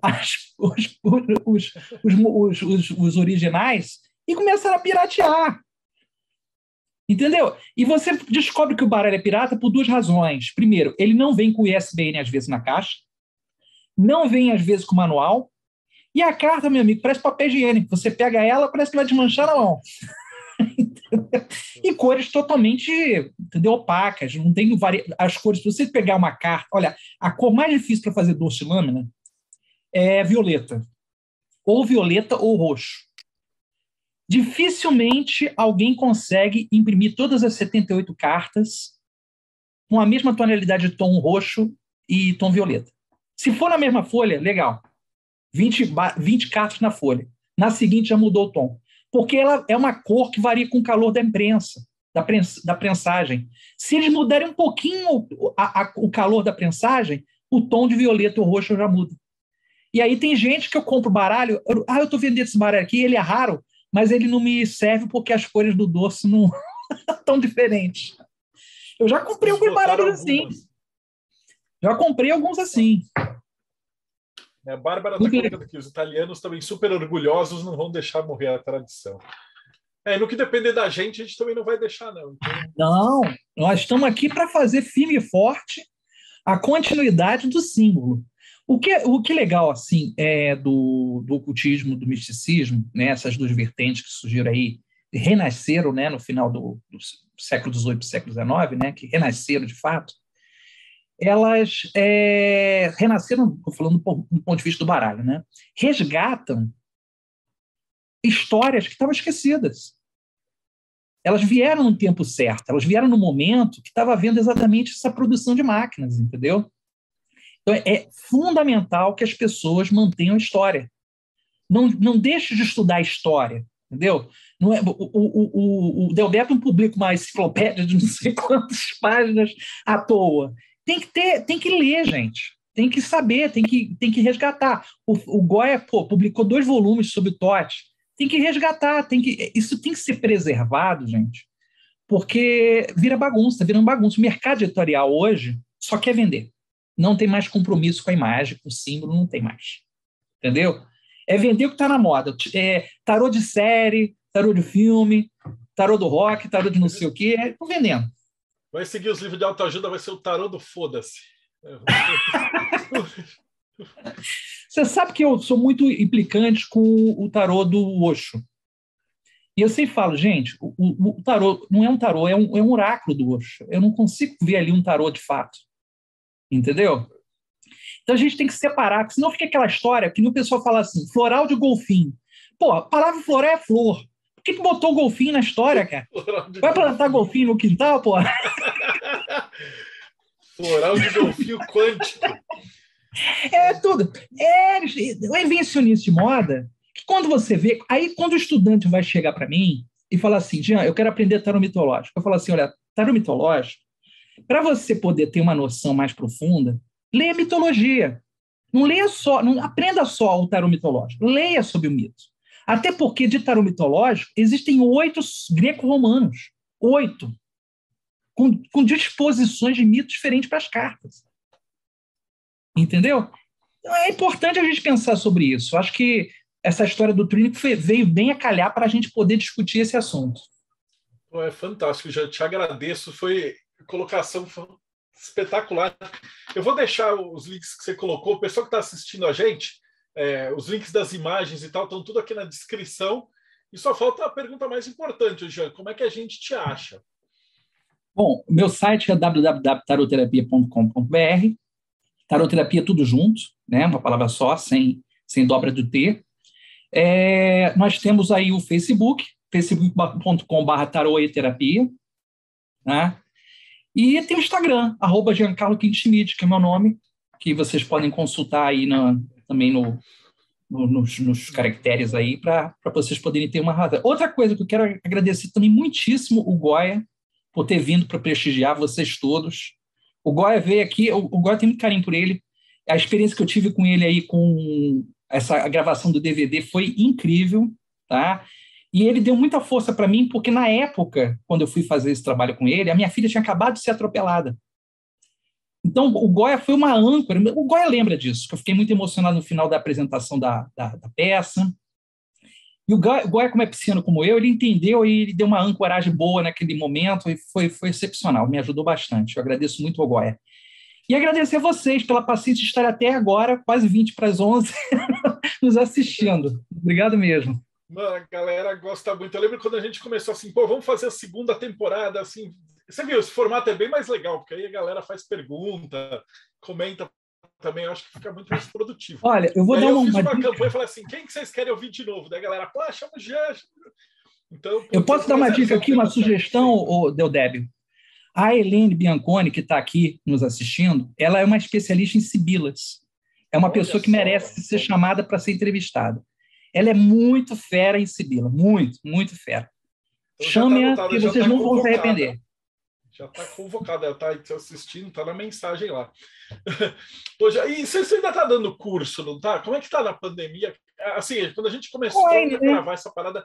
os originais e começaram a piratear. Entendeu? E você descobre que o baralho é pirata por duas razões. Primeiro, ele não vem com o ISBN, às vezes, na caixa. Não vem, às vezes, com manual. E a carta, meu amigo, parece papel higiênico. Você pega ela, parece que vai desmanchar na mão. E cores totalmente, entendeu, opacas. Não tem as cores. Se você pegar uma carta... Olha, a cor mais difícil para fazer doce lâmina é violeta. Ou violeta ou roxo. Dificilmente alguém consegue imprimir todas as 78 cartas com a mesma tonalidade de tom roxo e tom violeta. Se for na mesma folha, legal. 20 cartas na folha. Na seguinte já mudou o tom. Porque ela é uma cor que varia com o calor da imprensa, da prensagem. Se eles mudarem um pouquinho o calor da prensagem, o tom de violeta ou roxo já muda. E aí tem gente que eu compro baralho, eu estou vendendo esse baralho aqui, ele é raro, mas ele não me serve porque as cores do doce não estão diferentes. Eu já comprei alguns baralhos assim. Já comprei alguns assim. A Bárbara está colocando aqui, os italianos também super orgulhosos, não vão deixar morrer a tradição. No que depender da gente, a gente também não vai deixar, não. Então... Não, nós estamos aqui para fazer firme e forte a continuidade do símbolo. O que é legal assim, do ocultismo, do misticismo, né, essas duas vertentes que surgiram aí, renasceram, né, no final do século XVIII e século XIX, né, que renasceram de fato, elas renasceram, estou falando do ponto de vista do baralho, né, resgatam histórias que estavam esquecidas. Elas vieram no tempo certo, elas vieram no momento que estava havendo exatamente essa produção de máquinas, entendeu? Então, é fundamental que as pessoas mantenham a história. Não deixe de estudar a história, entendeu? Não é, o Delberto não publica uma enciclopédia de não sei quantas páginas à toa. Tem que ler, gente. Tem que saber, tem que resgatar. O Goya publicou 2 volumes sobre Totti. Tem que resgatar. Isso tem que ser preservado, gente, porque vira uma bagunça. O mercado editorial hoje só quer vender. Não tem mais compromisso com a imagem, com o símbolo, não tem mais. Entendeu? É vender o que está na moda. Tarô de série, tarô de filme, tarô do rock, tarô de não sei o quê. Estou vendendo. Vai seguir os livros de autoajuda, vai ser o tarô do foda-se. Você sabe que eu sou muito implicante com o tarô do Osho. E eu sempre falo, gente, o tarô não é um tarô, é um oráculo do Osho. Eu não consigo ver ali um tarô de fato. Entendeu? Então a gente tem que separar, porque senão fica aquela história que o pessoal fala assim, floral de golfinho. Pô, a palavra floral é flor. Por que botou golfinho na história, cara? Vai plantar golfinho no quintal, pô? Floral de golfinho quântico. É tudo. É invencionista de moda, que quando você vê... Aí quando o estudante vai chegar para mim e falar assim, Jean, eu quero aprender tarô mitológico. Eu falo assim, olha, tarô mitológico, para você poder ter uma noção mais profunda, leia mitologia. Não aprenda só o tarô mitológico, leia sobre o mito. Até porque de tarô mitológico existem 8 greco-romanos. 8. Com disposições de mitos diferentes para as cartas. Entendeu? Então é importante a gente pensar sobre isso. Acho que essa história do Trínico veio bem a calhar para a gente poder discutir esse assunto. É fantástico, já te agradeço. Foi colocação espetacular. Eu vou deixar os links que você colocou. O pessoal que está assistindo a gente, os links das imagens e tal, estão tudo aqui na descrição. E só falta a pergunta mais importante, Jean. Como é que a gente te acha? Bom, meu site é www.taroterapia.com.br. Taroterapia tudo junto, né? Uma palavra só, sem dobra do T. Nós temos aí o Facebook, facebook.com/taroeterapia, né? E tem o Instagram, @Giancarlo Quintschmidt, que é meu nome, que vocês podem consultar aí também nos caracteres aí, para vocês poderem ter uma razão. Outra coisa que eu quero agradecer também muitíssimo o Goya, por ter vindo para prestigiar vocês todos. O Goya veio aqui, o Goya tem muito carinho por ele. A experiência que eu tive com ele aí, com a gravação do DVD, foi incrível, tá? E ele deu muita força para mim, porque na época, quando eu fui fazer esse trabalho com ele, a minha filha tinha acabado de ser atropelada. Então, o Goya foi uma âncora. O Goya lembra disso, que eu fiquei muito emocionado no final da apresentação da peça. E o Goya, como é pisciano como eu, ele entendeu e ele deu uma ancoragem boa naquele momento e foi excepcional, me ajudou bastante. Eu agradeço muito ao Goya. E agradecer a vocês pela paciência de estar até agora, quase 20 para as 11, nos assistindo. Obrigado mesmo. Mano, a galera gosta muito. Eu lembro quando a gente começou assim, pô, vamos fazer a segunda temporada, assim. Você viu, esse formato é bem mais legal, porque aí a galera faz pergunta, comenta também, eu acho que fica muito mais produtivo. Olha, eu vou dar uma dica. campanha e falei assim, quem que vocês querem ouvir de novo? Daí a galera, pô, chama o Jean. Então, eu posso dar uma dica aqui, uma sugestão, Deodébio? A Helene Bianconi, que está aqui nos assistindo, ela é uma especialista em sibilas. É uma pessoa que merece ser chamada para ser entrevistada. Ela é muito fera em sibila, muito, muito fera. Então, chame-a que vocês não vão se arrepender. Já está convocada, ela está assistindo, está na mensagem lá. E você ainda está dando curso, não está? Como é que está na pandemia? Assim, quando a gente começou a gravar essa parada,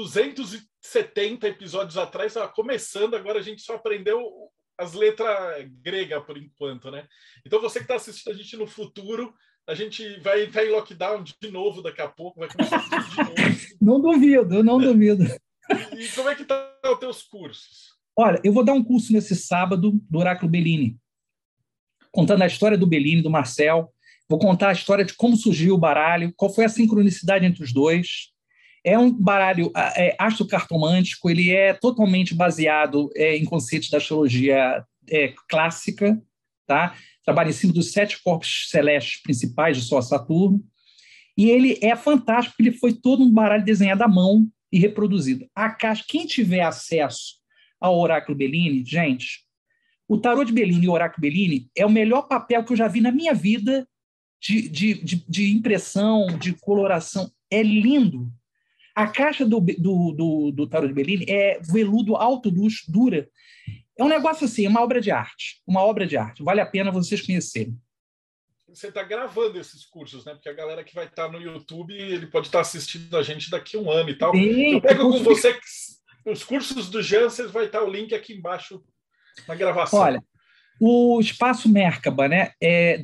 270 episódios atrás, estava começando, agora a gente só aprendeu as letras gregas por enquanto, né? Então você que está assistindo a gente no futuro, a gente vai entrar em lockdown de novo daqui a pouco, vai começar tudo de novo. Não duvido. E como é que estão os teus cursos? Olha, eu vou dar um curso nesse sábado do Oráculo Bellini, contando a história do Bellini, do Marcel. Vou contar a história de como surgiu o baralho, qual foi a sincronicidade entre os dois. É um baralho astrocartomântico, ele é totalmente baseado em conceitos da astrologia clássica, tá? Trabalha em cima dos 7 corpos celestes principais de Sol a Saturno. E ele é fantástico, porque ele foi todo um baralho desenhado à mão e reproduzido. A caixa, quem tiver acesso ao Oráculo Bellini, gente, o Tarô de Bellini e o Oráculo Bellini é o melhor papel que eu já vi na minha vida de impressão, de coloração. É lindo. A caixa do Tarô de Bellini é veludo alto luz, dura. É um negócio assim, uma obra de arte. Uma obra de arte. Vale a pena vocês conhecerem. Você está gravando esses cursos, né? Porque a galera que vai estar no YouTube, ele pode estar assistindo a gente daqui a um ano e tal. Sim, eu pego com você os cursos do Jean, vai estar o link aqui embaixo na gravação. Olha, o Espaço Merkaba, né? É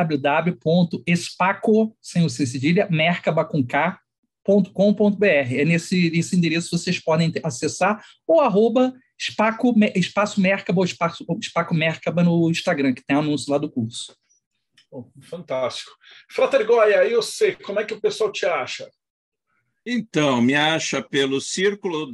www.espaco, sem o C cedilha, merkaba com K.com.br. É nesse endereço que vocês podem acessar, ou Espaço Merkaba ou Espaco Merkaba no Instagram, que tem anúncio lá do curso. Oh, fantástico. Frater Goya, eu sei, como é que o pessoal te acha? Então, me acha pelo Círculo,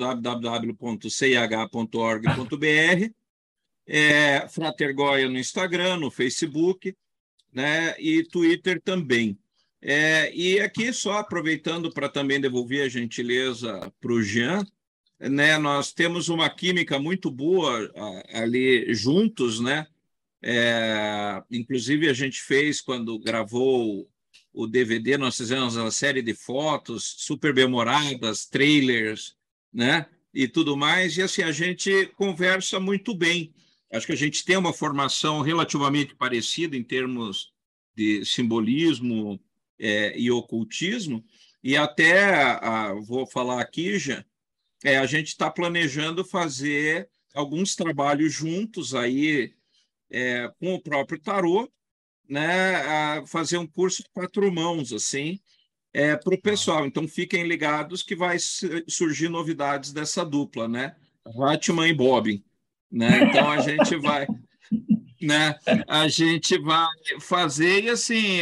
www.cih.org.br, Frater Goya no Instagram, no Facebook, né, e Twitter também. E aqui, só aproveitando para também devolver a gentileza para o Jean, né, nós temos uma química muito boa ali juntos, né? Inclusive, a gente fez, quando gravou o DVD, nós fizemos uma série de fotos super memoradas, trailers, né? E tudo mais, e assim, a gente conversa muito bem. Acho que a gente tem uma formação relativamente parecida em termos de simbolismo e ocultismo, e até, vou falar aqui já, a gente está planejando fazer alguns trabalhos juntos aí, com o próprio tarô, né, fazer um curso de 4 mãos, assim, para o pessoal. Então, fiquem ligados que vai surgir novidades dessa dupla, né? Batman e Bob, né? Então, a gente vai... né? A gente vai fazer, e assim...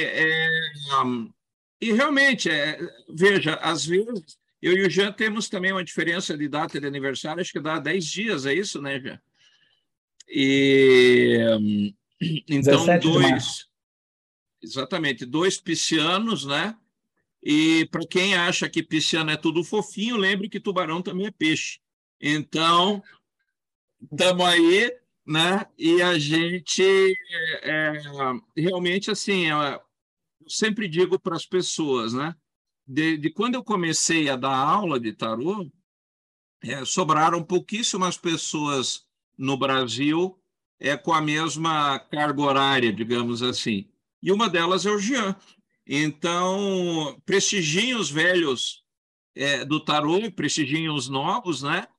e realmente, veja, às vezes, eu e o Jean temos também uma diferença de data de aniversário, acho que dá 10 dias, é isso, né, Jean? E... Então, exatamente, 2 piscianos, né? E para quem acha que pisciano é tudo fofinho, lembre que tubarão também é peixe. Então, estamos aí, né? E a gente realmente assim, eu sempre digo para as pessoas, né? De quando eu comecei a dar aula de tarô, sobraram pouquíssimas pessoas no Brasil com a mesma carga horária, digamos assim. E uma delas é o Jean. Então, prestigiem os velhos do tarô, prestigiem os novos, né?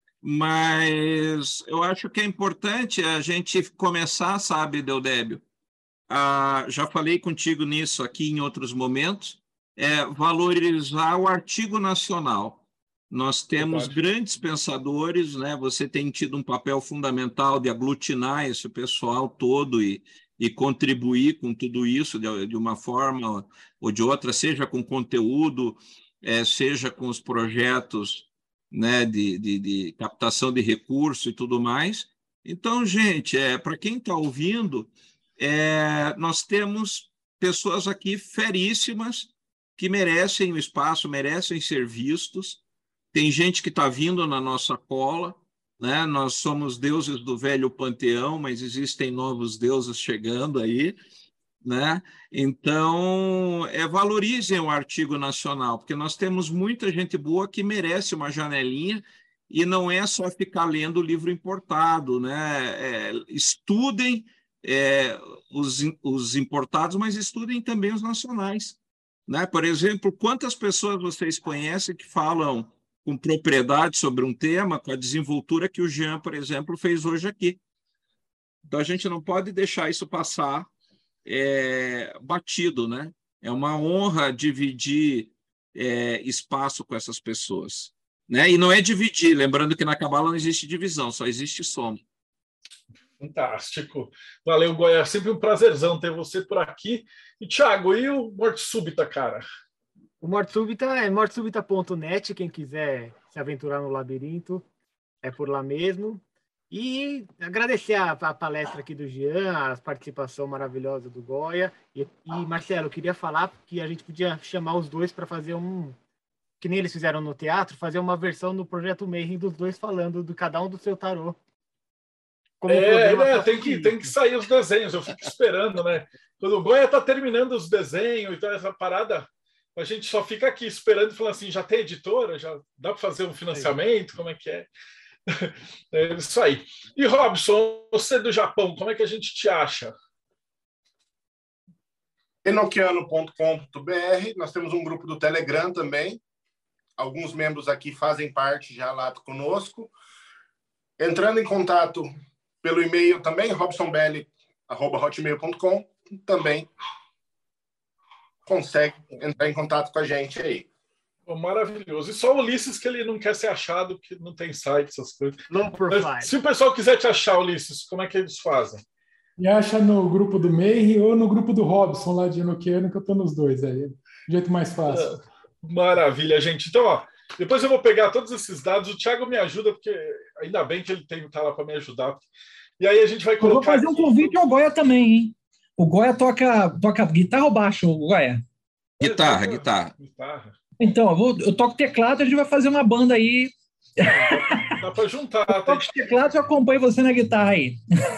Mas eu acho que é importante a gente começar, sabe, Deodébio? Já falei contigo nisso aqui em outros momentos, valorizar o artigo nacional. Nós temos grandes pensadores, né? Você tem tido um papel fundamental de aglutinar esse pessoal todo e contribuir com tudo isso de uma forma ou de outra, seja com conteúdo, seja com os projetos, né, de captação de recursos e tudo mais. Então, gente, para quem está ouvindo, nós temos pessoas aqui feríssimas que merecem o espaço, merecem ser vistos. Tem gente que está vindo na nossa cola, né? Nós somos deuses do velho panteão, mas existem novos deuses chegando aí, né? Então, valorizem o artigo nacional, porque nós temos muita gente boa que merece uma janelinha e não é só ficar lendo livro importado, né? Estudem os importados, mas estudem também os nacionais, né? Por exemplo, quantas pessoas vocês conhecem que falam com propriedade sobre um tema, com a desenvoltura que o Jean, por exemplo, fez hoje aqui. Então, a gente não pode deixar isso passar batido, né? É uma honra dividir espaço com essas pessoas, né? E não é dividir, lembrando que na Cabala não existe divisão, só existe soma. Fantástico. Valeu, Goiás. É sempre um prazerzão ter você por aqui. E, Thiago, e o Morte Súbita, cara? O Morte Súbita é mortesubita.net, quem quiser se aventurar no labirinto, é por lá mesmo. E agradecer a palestra aqui do Jean, a participação maravilhosa do Goya. E Marcelo, eu queria falar que a gente podia chamar os dois para fazer que nem eles fizeram no teatro, fazer uma versão no Projeto Mayhem dos dois falando de cada um do seu tarô. Tem que sair os desenhos, eu fico esperando, né? Quando o Goya está terminando os desenhos e tal, essa parada, a gente só fica aqui esperando e falando assim, já tem editora? Já dá para fazer um financiamento? Como é que é? É isso aí. E Robson, você do Japão, como é que a gente te acha? Enoquiano.com.br. Nós temos um grupo do Telegram também. Alguns membros aqui fazem parte já lá conosco. Entrando em contato pelo e-mail também, robsonbelli@hotmail.com, também consegue entrar em contato com a gente aí. Maravilhoso. E só o Ulisses que ele não quer ser achado, porque não tem site, essas coisas. Mas, se o pessoal quiser te achar, Ulisses, como é que eles fazem? Me acha no grupo do Mayhem ou no grupo do Robson, lá de Enoquiano, que eu estou nos dois aí. Do jeito mais fácil. Maravilha, gente. Então, ó, depois eu vou pegar todos esses dados. O Thiago me ajuda, porque ainda bem que ele tá lá para me ajudar. E aí a gente vai colocar. Eu vou fazer um convite ao Goya também, hein? O Goya toca guitarra ou baixo, o Goya? Guitarra. Então, eu toco teclado, a gente vai fazer uma banda aí. Dá para juntar. Eu toco teclado e acompanho você na guitarra aí.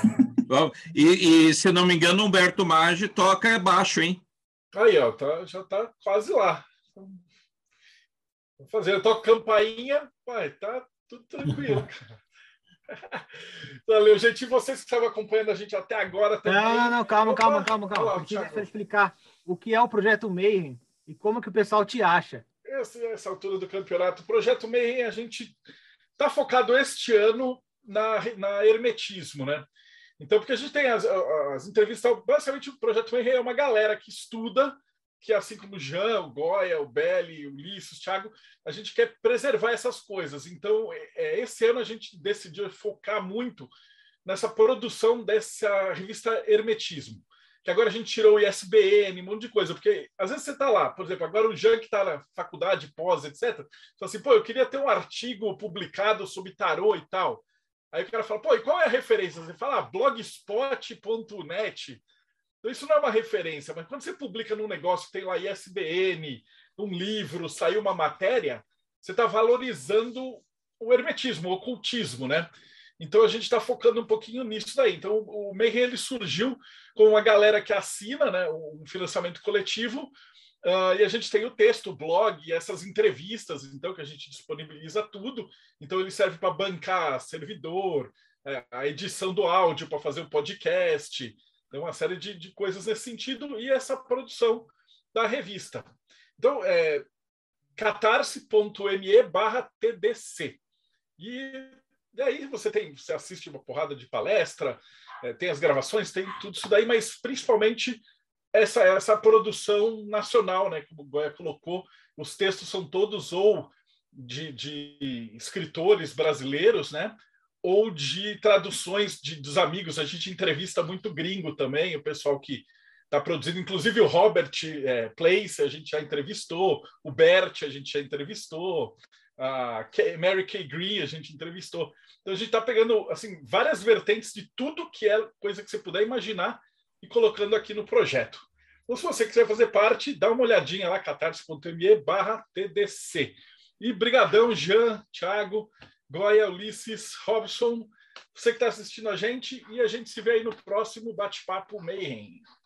E se não me engano, Humberto Maggi toca baixo, hein? Aí, ó, já tá quase lá. Vou fazer, eu toco campainha, pai, tá tudo tranquilo, cara. Valeu, gente. E vocês que estavam acompanhando a gente até agora também. Não, calma. Precisa explicar o que é o Projeto Mayhem e como que o pessoal te acha. Essa altura do campeonato. O Projeto Mayhem, a gente está focado este ano na hermetismo, né? Então, porque a gente tem as entrevistas, basicamente o Projeto Mayhem é uma galera que estuda, que assim como o Jean, o Goya, o Belli, o Ulisses, o Thiago, a gente quer preservar essas coisas. Então, esse ano a gente decidiu focar muito nessa produção dessa revista Hermetismo, que agora a gente tirou o ISBN, um monte de coisa, porque às vezes você está lá, por exemplo, agora o Jean que está na faculdade, pós, etc., fala assim, pô, eu queria ter um artigo publicado sobre tarô e tal. Aí o cara fala, pô, e qual é a referência? Você fala, blogspot.net. Então, isso não é uma referência, mas quando você publica num negócio que tem lá ISBN, um livro, saiu uma matéria, você está valorizando o hermetismo, o ocultismo, né? Então, a gente está focando um pouquinho nisso daí. Então, o Mayhem ele surgiu com uma galera que assina, né, um financiamento coletivo, e a gente tem o texto, o blog, essas entrevistas, então, que a gente disponibiliza tudo. Então, ele serve para bancar servidor, a edição do áudio para fazer o podcast, então, uma série de coisas nesse sentido, e essa produção da revista. Então, catarse.me/TDC. E aí você assiste uma porrada de palestra, tem as gravações, tem tudo isso daí, mas principalmente essa produção nacional, né? Como o Goya colocou, os textos são todos ou de escritores brasileiros, né? Ou de traduções dos amigos. A gente entrevista muito gringo também, o pessoal que está produzindo, inclusive o Robert Place, a gente já entrevistou, o Bert, a gente já entrevistou, a Mary Kay Green, a gente entrevistou. Então, a gente está pegando assim, várias vertentes de tudo que é coisa que você puder imaginar e colocando aqui no projeto. Então, se você quiser fazer parte, dá uma olhadinha lá, catarse.me/TDC. E brigadão, Jean, Thiago, Goya, Ulisses, Robson, você que está assistindo a gente, e a gente se vê aí no próximo Bate-Papo Mayhem.